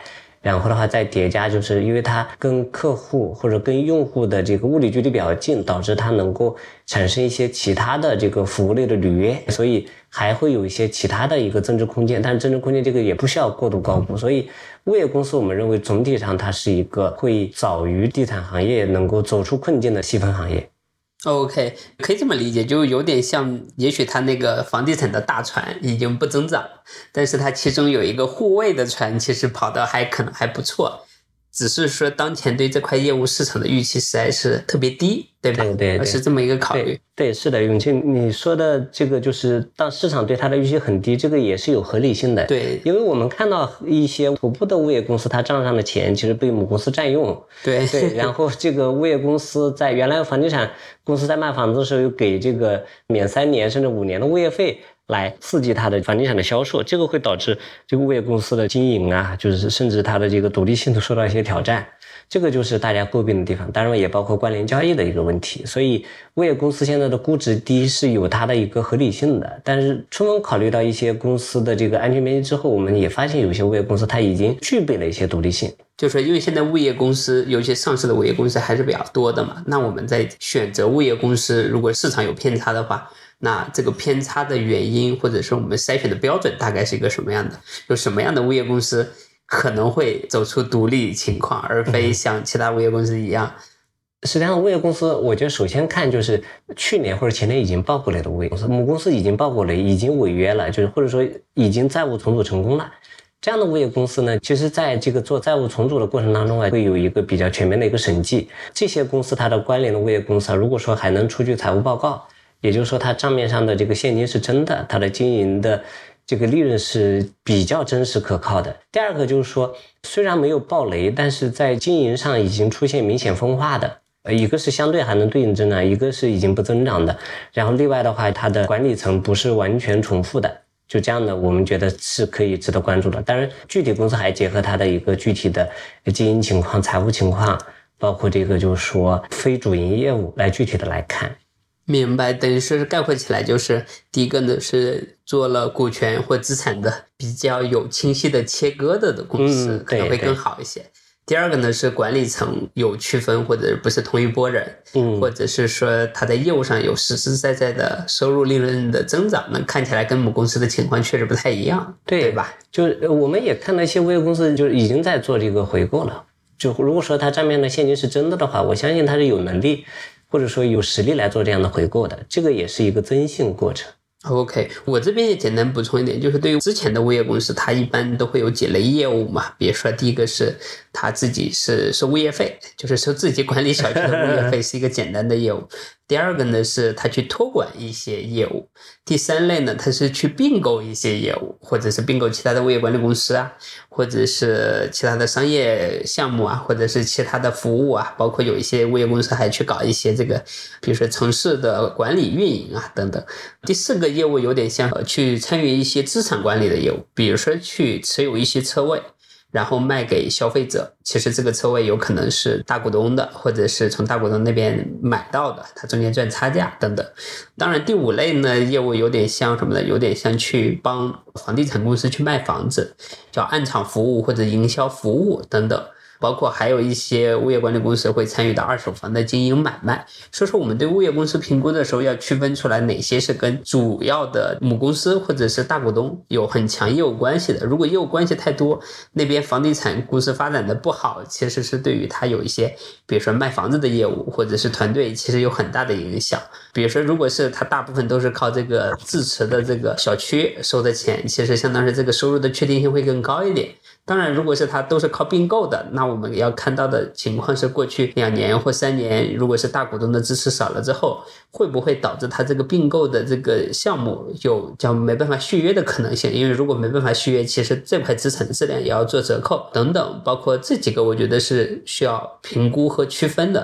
然后的话再叠加，就是因为它跟客户或者跟用户的这个物理距离比较近，导致它能够产生一些其他的这个服务类的履约，所以还会有一些其他的一个增值空间，但是增值空间这个也不需要过度高估，所以物业公司我们认为总体上它是一个会早于地产行业能够走出困境的细分行业。 OK， 可以这么理解，就有点像，也许它那个房地产的大船已经不增长，但是它其中有一个护卫的船，其实跑得可能还不错，只是说当前对这块业务市场的预期实在是特别低，对吧？ 对， 是这么一个考虑。 对，是的，永庆，你说的这个就是当市场对它的预期很低，这个也是有合理性的。 对， 因为我们看到一些头部的物业公司，它账上的钱其实被母公司占用。 对， 然后这个物业公司在原来房地产公司在卖房子的时候，有给这个免3年甚至5年的物业费，来刺激它的房地产的销售，这个会导致这个物业公司的经营啊，就是甚至它的这个独立性都受到一些挑战。这个就是大家诟病的地方，当然也包括关联交易的一个问题。所以物业公司现在的估值低是有它的一个合理性的，但是充分考虑到一些公司的这个安全边际之后，我们也发现有些物业公司它已经具备了一些独立性。 就是因为现在物业公司有一些上市的物业公司还是比较多的嘛，那我们在选择物业公司，如果市场有偏差的话，那这个偏差的原因或者是我们筛选的标准大概是一个什么样的？就什么样的物业公司可能会走出独立情况，而非像其他物业公司一样。 实际上物业公司我觉得首先看就是去年或者前年已经爆过雷的物业公司，母公司已经爆过雷，已经违约了，就是或者说已经债务重组成功了，这样的物业公司呢，其实在这个做债务重组的过程当中啊，会有一个比较全面的一个审计。这些公司它的关联的物业公司啊，如果说还能出具财务报告，也就是说它账面上的这个现金是真的，它的经营的这个利润是比较真实可靠的。第二个就是说，虽然没有爆雷，但是在经营上已经出现明显分化的，一个是相对还能对应增长，一个是已经不增长的。然后另外的话，它的管理层不是完全重复的，就这样的我们觉得是可以值得关注的。当然具体公司还结合它的一个具体的经营情况、财务情况，包括这个就是说非主营业务来具体的来看。 明白，等于是概括起来就是第一个呢是做了股权或资产的比较有清晰的切割的公司，可能会更好一些。第二个呢是管理层有区分或者不是同一拨人，或者是说他在业务上有实实在在的收入利润的增长，那看起来跟母公司的情况确实不太一样，对吧？ 就是我们也看到一些物业公司就是已经在做这个回购了，就如果说他账面的现金是真的话，我相信他是有能力或者说有实力来做这样的回购的，这个也是一个增信过程。 OK， 我这边也简单补充一点，就是对于之前的物业公司，它一般都会有几类业务嘛。比如说，第一个是他自己是收物业费，就是收自己管理小区的物业费，是一个简单的业务。第二个呢是他去托管一些业务。第三类呢，他是去并购一些业务，或者是并购其他的物业管理公司啊，或者是其他的商业项目啊，或者是其他的服务啊，包括有一些物业公司还去搞一些这个，比如说城市的管理运营啊等等。第四个业务有点像去参与一些资产管理的业务，比如说去持有一些车位，然后卖给消费者，其实这个车位有可能是大股东的，或者是从大股东那边买到的，它中间赚差价等等。当然第五类呢业务有点像什么呢？有点像去帮房地产公司去卖房子，叫暗场服务或者营销服务等等。包括还有一些物业管理公司会参与到二手房的经营买卖。所以说我们对物业公司评估的时候要区分出来哪些是跟主要的母公司或者是大股东有很强业务关系的。如果业务关系太多，那边房地产公司发展的不好，其实是对于它有一些比如说卖房子的业务或者是团队其实有很大的影响。比如说如果是它大部分都是靠这个自持的这个小区收的钱，其实相当于这个收入的确定性会更高一点。当然如果是它都是靠并购的，那我们要看到的情况是过去2年或3年如果是大股东的支持少了之后，会不会导致它这个并购的这个项目有叫没办法续约的可能性，因为如果没办法续约，其实这块资产质量也要做折扣等等，包括这几个我觉得是需要评估和区分的。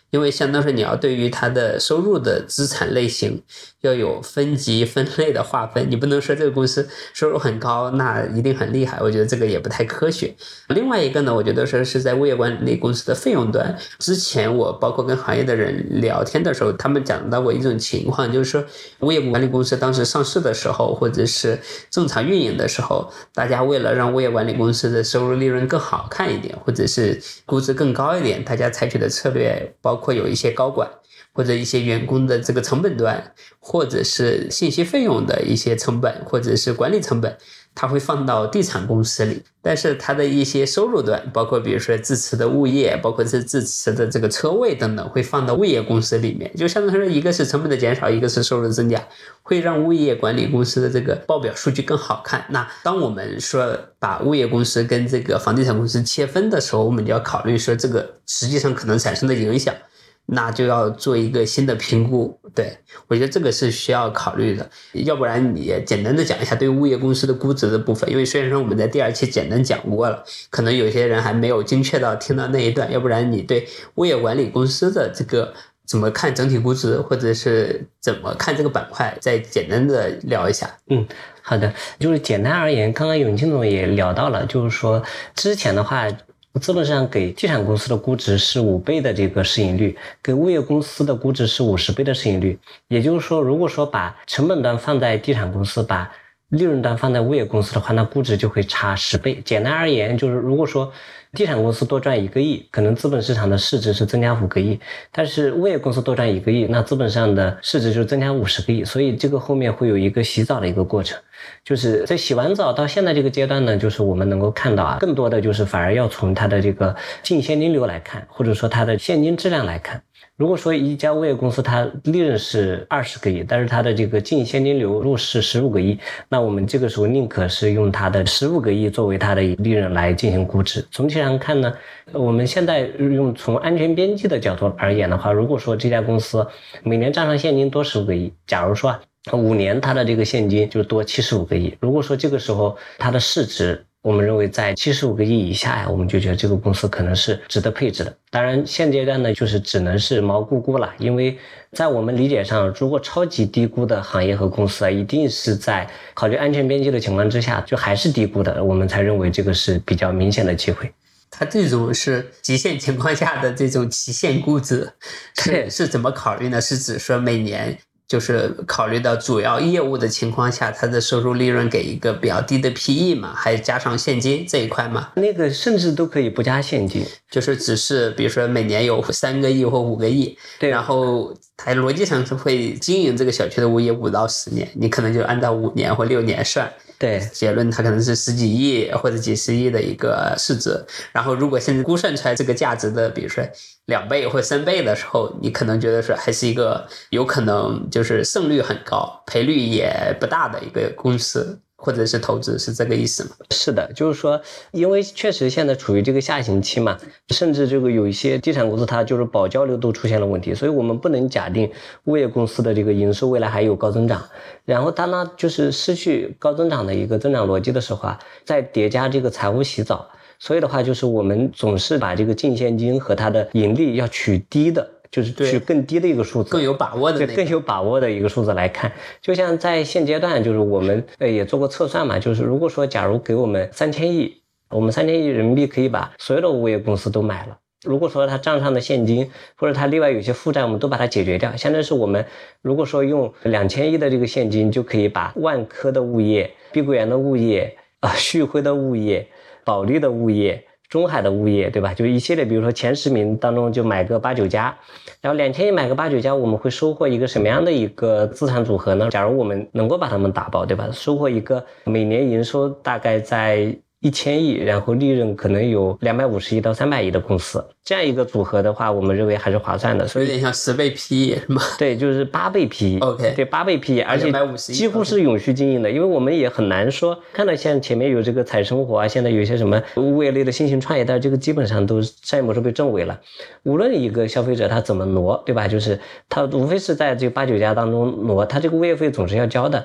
因为相当于你要对于它的收入的资产类型要有分级分类的划分，你不能说这个公司收入很高那一定很厉害，我觉得这个也不太科学。另外一个呢，我觉得说是在物业管理公司的费用端，之前我包括跟行业的人聊天的时候，他们讲到过一种情况，就是说物业管理公司当时上市的时候或者是正常运营的时候，大家为了让物业管理公司的收入利润更好看一点，或者是估值更高一点，大家采取的策略包括有一些高管或者一些员工的这个成本端，或者是信息费用的一些成本，或者是管理成本，它会放到地产公司里，但是它的一些收入端，包括比如说自持的物业，包括是自持的这个车位等等，会放到物业公司里面，就相当于说一个是成本的减少，一个是收入增加，会让物业管理公司的这个报表数据更好看。那当我们说把物业公司跟这个房地产公司切分的时候，我们就要考虑说这个实际上可能产生的影响，那就要做一个新的评估。对，我觉得这个是需要考虑的。要不然你也简单的讲一下对物业公司的估值的部分，因为虽然说我们在第2期简单讲过了，可能有些人还没有精确到听到那一段，要不然你对物业管理公司的这个怎么看整体估值，或者是怎么看这个板块，再简单的聊一下。 好的，就是简单而言，刚刚永清总也聊到了，就是说之前的话资本市场给地产公司的估值是5倍的这个市盈率，给物业公司的估值是50倍的市盈率。也就是说，如果说把成本端放在地产公司，把利润端放在物业公司的话，那估值就会差10倍。简单而言，就是如果说地产公司多赚1个亿，可能资本市场的市值是增加5个亿，但是物业公司多赚1个亿，那资本上的市值就增加50个亿，所以这个后面会有一个洗澡的一个过程。就是在洗完澡到现在这个阶段呢，就是我们能够看到更多的就是反而要从它的这个净现金流来看，或者说它的现金质量来看。如果说一家物业公司它利润是20个亿，但是它的这个净现金流入是15个亿，那我们这个时候宁可是用它的15个亿作为它的利润来进行估值。总体上看呢，我们现在用从安全边际的角度而言的话，如果说这家公司每年账上现金多15个亿，假如说5年它的这个现金就多75个亿，如果说这个时候它的市值我们认为在75个亿以下呀，我们就觉得这个公司可能是值得配置的。当然现阶段呢，就是只能是毛估估了，因为在我们理解上，如果超级低估的行业和公司一定是在考虑安全边际的情况之下，就还是低估的，我们才认为这个是比较明显的机会。 它这种是极限情况下的这种期限估值，是怎么考虑呢？是指说每年就是考虑到主要业务的情况下，它的收入利润给一个比较低的 PE 嘛，还加上现金这一块嘛？ 那个甚至都可以不加现金， 就是只是比如说每年有3个亿或5个亿， 对， 然后它逻辑上是会经营这个小区的物业5到10年，你可能就按照5年或6年算。 对， 结论它可能是10几亿或者几十亿的一个市值，然后如果现在估算出来这个价值的比如说2倍或3倍的时候，你可能觉得说还是一个有可能就是胜率很高赔率也不大的一个公司或者是投资，是这个意思吗？ 是的，就是说因为确实现在处于这个下行期嘛，甚至这个有一些地产公司它就是保交楼都出现了问题，所以我们不能假定物业公司的这个营收未来还有高增长，然后它呢就是失去高增长的一个增长逻辑的时候再叠加这个财务洗澡，所以的话就是我们总是把这个净现金和它的盈利要取低的，就是取更低的一个数字， 更有把握的更有把握的一个数字来看。就像在现阶段，就是我们也做过测算嘛，就是如果说假如给我们3000亿，我们3000亿人民币可以把所有的物业公司都买了，如果说它账上的现金或者它另外有些负债我们都把它解决掉，相当于是我们如果说用2000亿的这个现金就可以把万科的物业、碧桂园的物业、旭辉的物业、保利的物业、中海的物业，对吧？就一系列比如说前10名当中就买个8、9家，然后2000亿买个8、9家，我们会收获一个什么样的一个资产组合呢？假如我们能够把它们打包，对吧？收获一个每年营收大概在1000亿，然后利润可能有250亿到300亿的公司，这样一个组合的话，我们认为还是划算的。所以有点像10倍 PE 是吗？ 对，就是8倍 PE。OK， 对，8倍 PE， 而且几乎是永续经营的，因为我们也很难说看到像前面有这个彩生活现在有一些什么物业类的新型创业，但这个基本上都商业模式被证伪了。无论一个消费者他怎么挪，对吧？就是他无非是在这8、9家当中挪，他这个物业费总是要交的。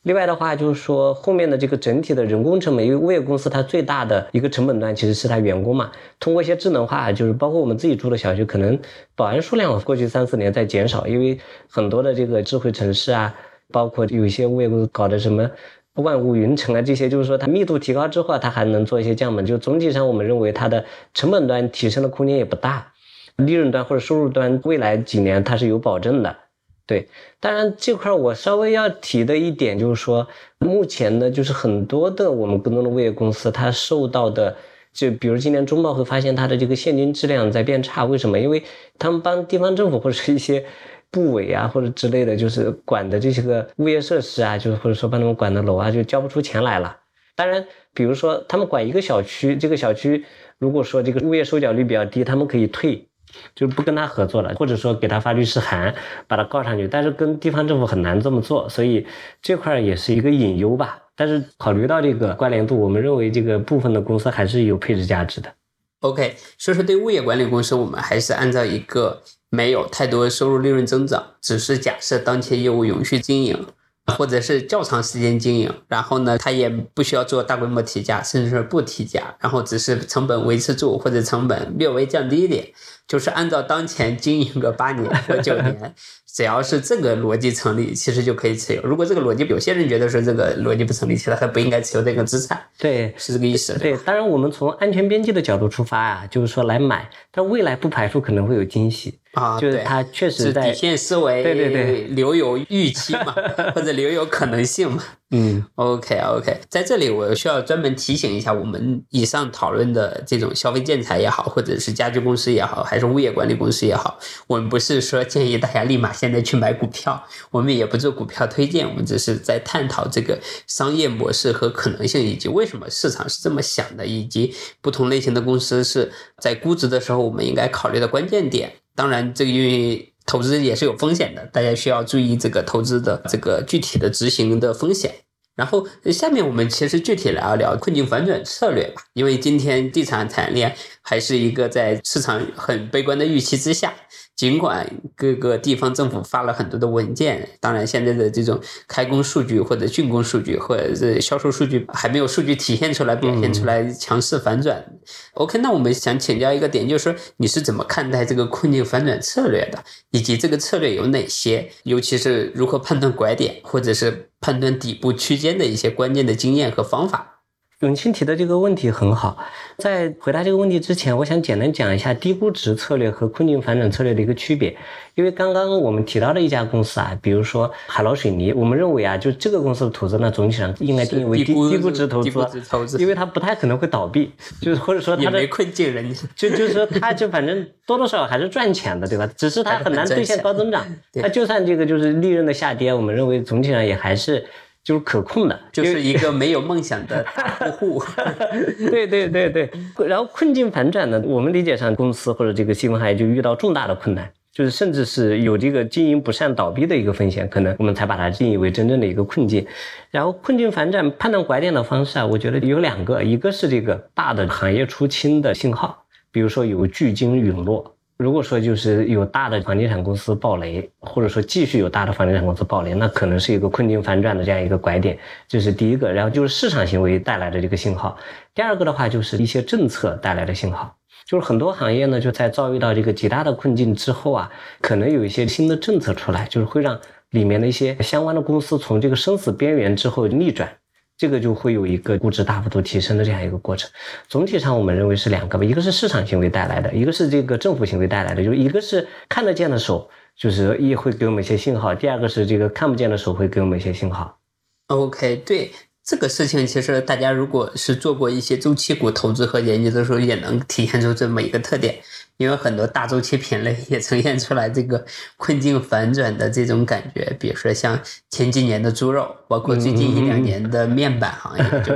另外的话就是说后面的这个整体的人工成本，因为物业公司它最大的一个成本端其实是它员工嘛，通过一些智能化，就是包括我们自己住的小区，可能保安数量过去3-4年在减少，因为很多的这个智慧城市啊，包括有一些物业公司搞的什么万物云城啊，这些就是说它密度提高之后，它还能做一些降本，就总体上我们认为它的成本端提升的空间也不大，利润端或者收入端未来几年它是有保证的。对，当然这块我稍微要提的一点就是说，目前呢就是很多的我们更多的物业公司它受到的，就比如今年中报会发现它的这个现金质量在变差，为什么？因为他们帮地方政府或者是一些部委啊或者之类的，就是管的这些个物业设施啊，就是或者说帮他们管的楼啊，就交不出钱来了。当然比如说他们管一个小区，这个小区如果说这个物业收缴率比较低，他们可以退，就不跟他合作了，或者说给他发律师函把他告上去，但是跟地方政府很难这么做，所以这块也是一个隐忧吧。但是考虑到这个关联度，我们认为这个部分的公司还是有配置价值的。 OK， 所以说对物业管理公司我们还是按照一个没有太多收入利润增长，只是假设当前业务永续经营或者是较长时间经营，然后呢它也不需要做大规模提价，甚至是不提价，然后只是成本维持住或者成本略微降低一点，就是按照当前经营个8年或9年，只要是这个逻辑成立，其实就可以持有。如果这个逻辑有些人觉得说这个逻辑不成立，其实他不应该持有这个资产。 对， 是这个意思。 对，当然我们从安全边际的角度出发啊，就是说来买，但未来不排除可能会有惊喜啊， 就是它确实在底线思维， 对， 留有预期嘛，或者留有可能性嘛。OK， 在这里我需要专门提醒一下，我们以上讨论的这种消费建材也好，或者是家居公司也好，还是物业管理公司也好，我们不是说建议大家立马现在去买股票，我们也不做股票推荐，我们只是在探讨这个商业模式和可能性，以及为什么市场是这么想的，以及不同类型的公司是在估值的时候我们应该考虑的关键点。当然这个因为投资也是有风险的，大家需要注意这个投资的这个具体的执行的风险。然后下面我们其实具体聊一聊困境反转策略吧，因为今天地产产业链还是一个在市场很悲观的预期之下，尽管各个地方政府发了很多的文件，当然现在的这种开工数据或者竣工数据或者是销售数据还没有数据体现出来表现出来强势反转。OK， 那我们想请教一个点，就是说你是怎么看待这个困境反转策略的，以及这个策略有哪些，尤其是如何判断拐点或者是判断底部区间的一些关键的经验和方法。 永清提的这个问题很好，在回答这个问题之前，我想简单讲一下低估值策略和困境反转策略的一个区别。因为刚刚我们提到的一家公司啊，比如说海螺水泥，我们认为啊，就这个公司的投资呢，总体上应该定义为低估值投资，因为它不太可能会倒闭，就是或者说它也没困境人家， 就是说它就反正多多少少还是赚钱的，对吧？只是它很难兑现高增长。它就算这个就是利润的下跌，我们认为总体上也还是就是可控的， 就是一个没有梦想的大户。 对。然后困境反转呢，我们理解上公司或者这个新闻行业就遇到重大的困难，就是甚至是有这个经营不善倒闭的一个风险，可能我们才把它定义为真正的一个困境。然后困境反转判断拐点的方式啊，我觉得有2个，一个是这个大的行业出清的信号，比如说有巨鲸陨落。如果说就是有大的房地产公司暴雷，或者说继续有大的房地产公司暴雷，那可能是一个困境反转的这样一个拐点，这是第一个。然后就是市场行为带来的这个信号。第二个的话就是一些政策带来的信号，就是很多行业呢就在遭遇到这个极大的困境之后啊，可能有一些新的政策出来，就是会让里面的一些相关的公司从这个生死边缘之后逆转，这个就会有一个估值大幅度提升的这样一个过程。总体上我们认为是2个吧，一个是市场行为带来的，一个是这个政府行为带来的，就是一个是看得见的手，就是也会给我们一些信号，第二个是这个看不见的手会给我们一些信号。 OK， 对，这个事情其实大家如果是做过一些周期股投资和研究的时候，也能体现出这么一个特点，因为很多大周期品类也呈现出来这个困境反转的这种感觉，比如说像前几年的猪肉，包括最近1-2年的面板行业，就是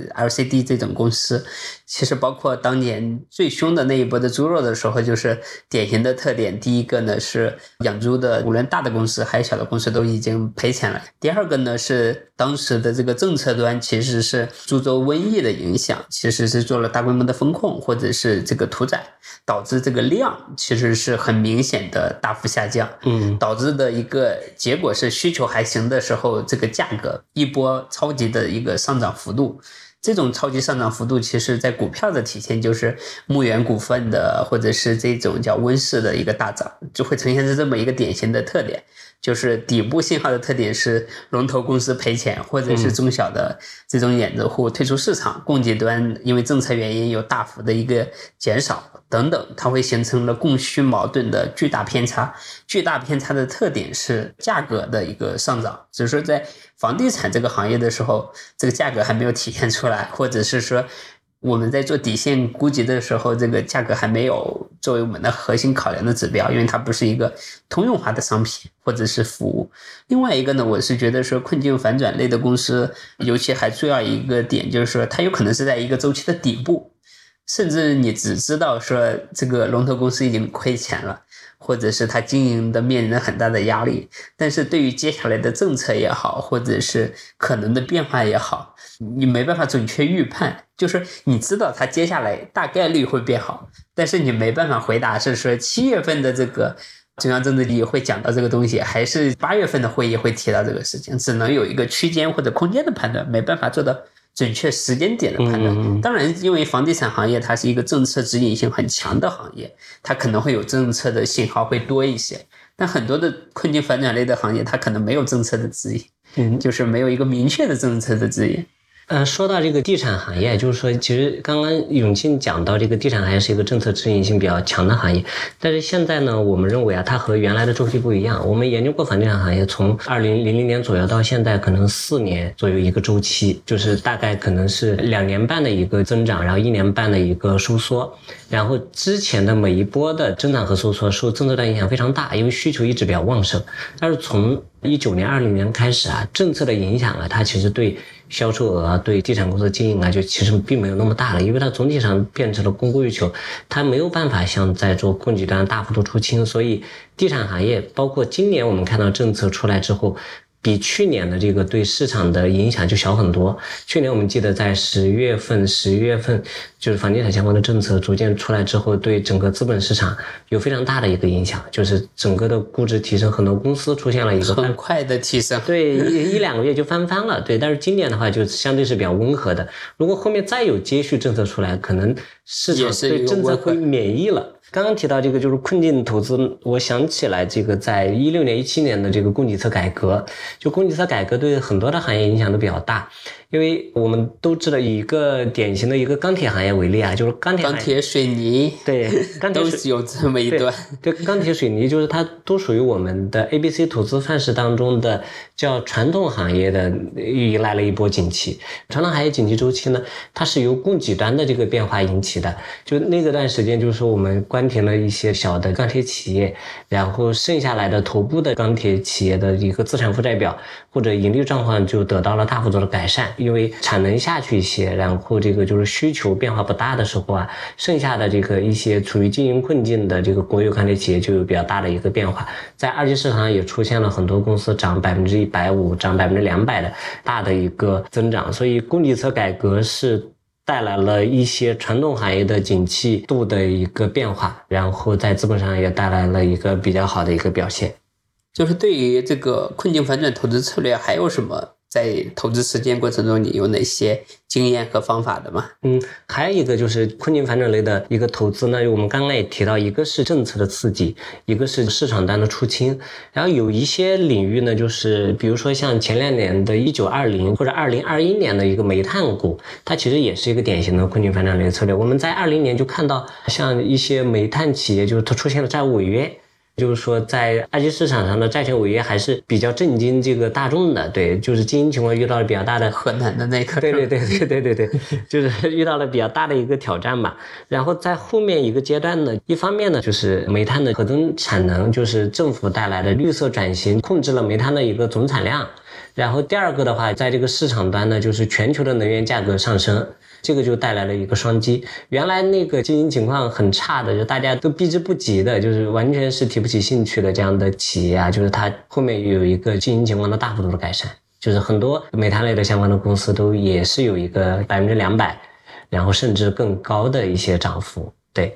LCD 这种公司，其实包括当年最凶的那一波的猪肉的时候，就是典型的特点。第一个呢是养猪的无论大的公司还是小的公司都已经赔钱了，第二个呢是当时的这个政策端其实是猪瘟疫的影响，其实是做了大规模的风控或者是这个屠宰，导致这个量其实是很明显的大幅下降，导致的一个结果是需求还行的时候，这个价格一波超级的一个上涨幅度。这种超级上涨幅度，其实在股票的体现就是牧原股份的，或者是这种叫温氏的一个大涨，就会呈现出这么一个典型的特点，就是底部信号的特点是龙头公司赔钱，或者是中小的这种眼子户退出市场，供给端因为政策原因有大幅的一个减少等等，它会形成了供需矛盾的巨大偏差。巨大偏差的特点是价格的一个上涨，只是说在房地产这个行业的时候，这个价格还没有体现出来，或者是说我们在做底线估计的时候，这个价格还没有作为我们的核心考量的指标，因为它不是一个通用化的商品或者是服务。另外一个呢，我是觉得说困境反转类的公司，尤其还重要一个点就是说，它有可能是在一个周期的底部，甚至你只知道说这个龙头公司已经亏钱了，或者是它经营的面临了很大的压力，但是对于接下来的政策也好，或者是可能的变化也好，你没办法准确预判，就是你知道它接下来大概率会变好，但是你没办法回答是说7月份的这个中央政治局会讲到这个东西，还是8月份的会议会提到这个事情，只能有一个区间或者空间的判断，没办法做到准确时间点的判断。当然因为房地产行业它是一个政策指引性很强的行业，它可能会有政策的信号会多一些，但很多的困境反转类的行业它可能没有政策的指引，就是没有一个明确的政策的指引。 说到这个地产行业，就是说其实刚刚永庆讲到这个地产行业是一个政策指引性比较强的行业，但是现在呢，我们认为啊，它和原来的周期不一样。我们研究过房地产行业，从2000年左右到现在可能4年左右一个周期，就是大概可能是2年半的一个增长，然后1年半的一个收缩，然后之前的每一波的增长和收缩受政策的影响非常大，因为需求一直比较旺盛，但是从19年、20年开始啊，政策的影响啊，它其实对销售额啊，对地产公司的经营啊，就其实并没有那么大了，因为它总体上变成了供过于求，它没有办法像在做供给端大幅度出清，所以地产行业包括今年我们看到政策出来之后，比去年的这个对市场的影响就小很多。去年我们记得在11月份就是房地产相关的政策逐渐出来之后，对整个资本市场有非常大的一个影响，就是整个的估值提升，很多公司出现了一个很快的提升， 对，1-2个月就翻番了，对。但是今年的话就相对是比较温和的，如果后面再有接续政策出来，可能市场对政策会免疫了。刚刚提到这个就是困境投资，我想起来这个在16年、17年的这个供给侧改革，就供给侧改革对很多的行业影响都比较大，因为我们都知道以一个典型的一个钢铁行业为例啊，就是钢铁水泥， 对， 都是有这么一段。 对，钢铁水泥就是它都属于我们的 ABC 投资范式当中的叫传统行业的，迎来了一波景气。传统行业景气周期呢，它是由供给端的这个变化引起的，就那个段时间就是说我们关停了一些小的钢铁企业，然后剩下来的头部的钢铁企业的一个资产负债表或者盈利状况就得到了大幅度的改善，因为产能下去一些，然后这个就是需求变化不大的时候啊，剩下的这个一些处于经营困境的这个国有钢铁企业就有比较大的一个变化，在二级市场也出现了很多公司涨150%、涨200%的大的一个增长，所以供给侧改革是带来了一些传统行业的景气度的一个变化，然后在资本上也带来了一个比较好的一个表现。 就是对于这个困境反转投资策略还有什么在投资实践过程中你有哪些经验和方法的吗？ 还有一个就是困境反转类的一个投资呢，我们刚刚也提到，一个是政策的刺激，一个是市场端的出清，然后有一些领域呢，就是比如说像前2年的1920或者2021年的一个煤炭股，它其实也是一个典型的困境反转类的策略。我们在20年就看到像一些煤炭企业，就是它出现了债务违约，就是说在二级市场上的债权违约还是比较震惊这个大众的，对，就是经营情况遇到了比较大的河南的那个， 对，就是遇到了比较大的一个挑战吧。然后在后面一个阶段呢，一方面呢就是煤炭的可增产能，就是政府带来的绿色转型控制了煤炭的一个总产量，然后第二个的话，在这个市场端呢，就是全球的能源价格上升，这个就带来了一个双击。原来那个经营情况很差的，就大家都避之不及的，就是完全是提不起兴趣的这样的企业啊，就是它后面有一个经营情况的大幅度的改善，就是很多煤炭类的相关的公司都也是有一个200%，然后甚至更高的一些涨幅。对，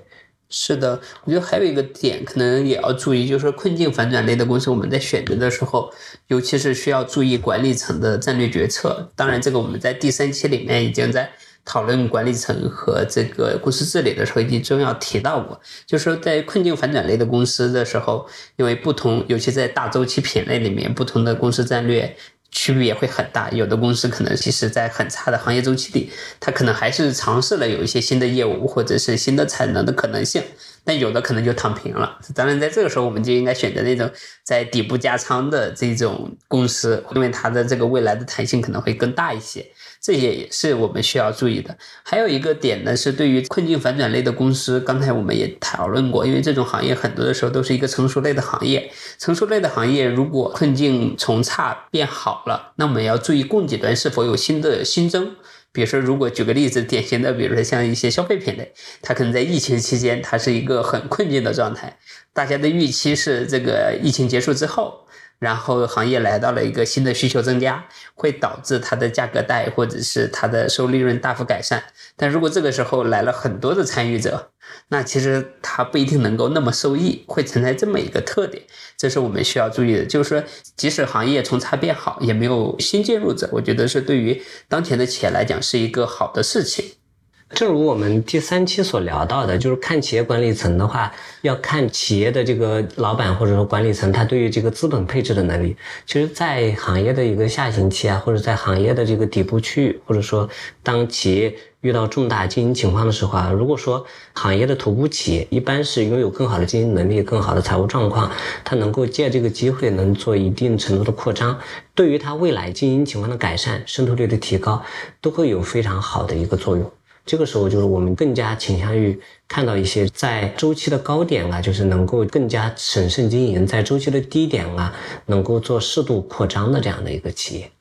是的，我觉得还有一个点可能也要注意，就是说困境反转类的公司，我们在选择的时候，尤其是需要注意管理层的战略决策。当然，这个我们在第3期里面已经在讨论管理层和这个公司治理的时候，已经重要提到过。就是说，在困境反转类的公司的时候，因为不同，尤其在大周期品类里面，不同的公司战略区别会很大，有的公司可能其实在很差的行业周期里，它可能还是尝试了有一些新的业务或者是新的产能的可能性，但有的可能就躺平了。当然在这个时候我们就应该选择那种在底部加仓的这种公司，因为它的这个未来的弹性可能会更大一些，这也是我们需要注意的。还有一个点呢，是对于困境反转类的公司，刚才我们也讨论过，因为这种行业很多的时候都是一个成熟类的行业，成熟类的行业如果困境从差变好了，那我们要注意供给端是否有新的新增。比如说，如果举个例子，典型的，比如说像一些消费品类，它可能在疫情期间，它是一个很困境的状态，大家的预期是这个疫情结束之后，然后行业来到了一个新的需求增加，会导致它的价格带或者是它的收利润大幅改善。但如果这个时候来了很多的参与者，那其实它不一定能够那么受益，会存在这么一个特点，这是我们需要注意的。就是说，即使行业从差变好，也没有新介入者，我觉得是对于当前的企业来讲是一个好的事情。 正如我们第3期所聊到的，就是看企业管理层的话，要看企业的这个老板或者说管理层他对于这个资本配置的能力。其实在行业的一个下行期啊，或者在行业的这个底部区域，或者说当企业遇到重大经营情况的时候啊，如果说行业的头部企业一般是拥有更好的经营能力、更好的财务状况，它能够借这个机会能做一定程度的扩张，对于它未来经营情况的改善、渗透率的提高，都会有非常好的一个作用。这个时候就是我们更加倾向于看到一些在周期的高点啊，就是能够更加审慎经营，在周期的低点啊，能够做适度扩张的这样的一个企业。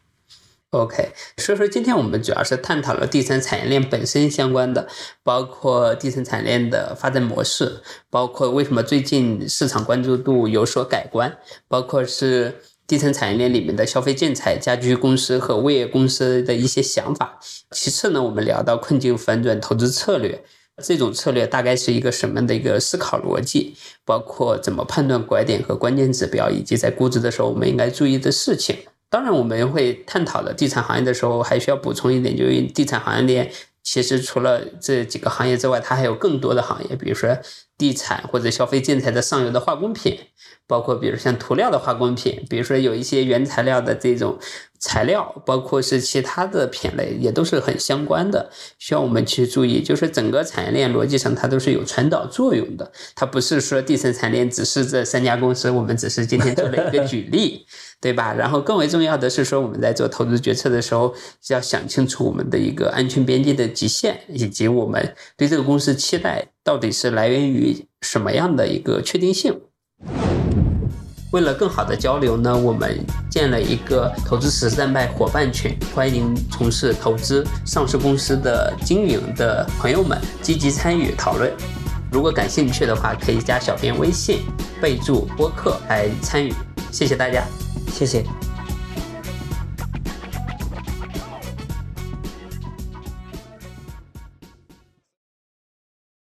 OK， 所以说今天我们主要是探讨了第3产业链本身相关的，包括第3产业链的发展模式，包括为什么最近市场关注度有所改观，包括是第3产业链里面的消费建材、家居公司和物业公司的一些想法。其次呢，我们聊到困境反转投资策略，这种策略大概是一个什么样的一个思考逻辑，包括怎么判断拐点和关键指标，以及在估值的时候我们应该注意的事情。当然我们会探讨的地产行业的时候，还需要补充一点，就是地产行业链其实除了这几个行业之外，它还有更多的行业，比如说地产或者消费建材的上游的化工品，包括比如像涂料的化工品，比如说有一些原材料的这种材料，包括是其他的品类也都是很相关的，需要我们去注意。就是整个产业链逻辑上它都是有传导作用的，它不是说第3产业链只是这3家公司，我们只是今天做了一个举例对吧？然后更为重要的是说，我们在做投资决策的时候要想清楚我们的一个安全边际的极限，以及我们对这个公司期待到底是来源于什么样的一个确定性。为了更好的交流呢，我们建了一个投资实战派伙伴群，欢迎从事投资上市公司的经营的朋友们积极参与讨论。如果感兴趣的话，可以加小编微信备注播客来参与。谢谢大家。 谢谢。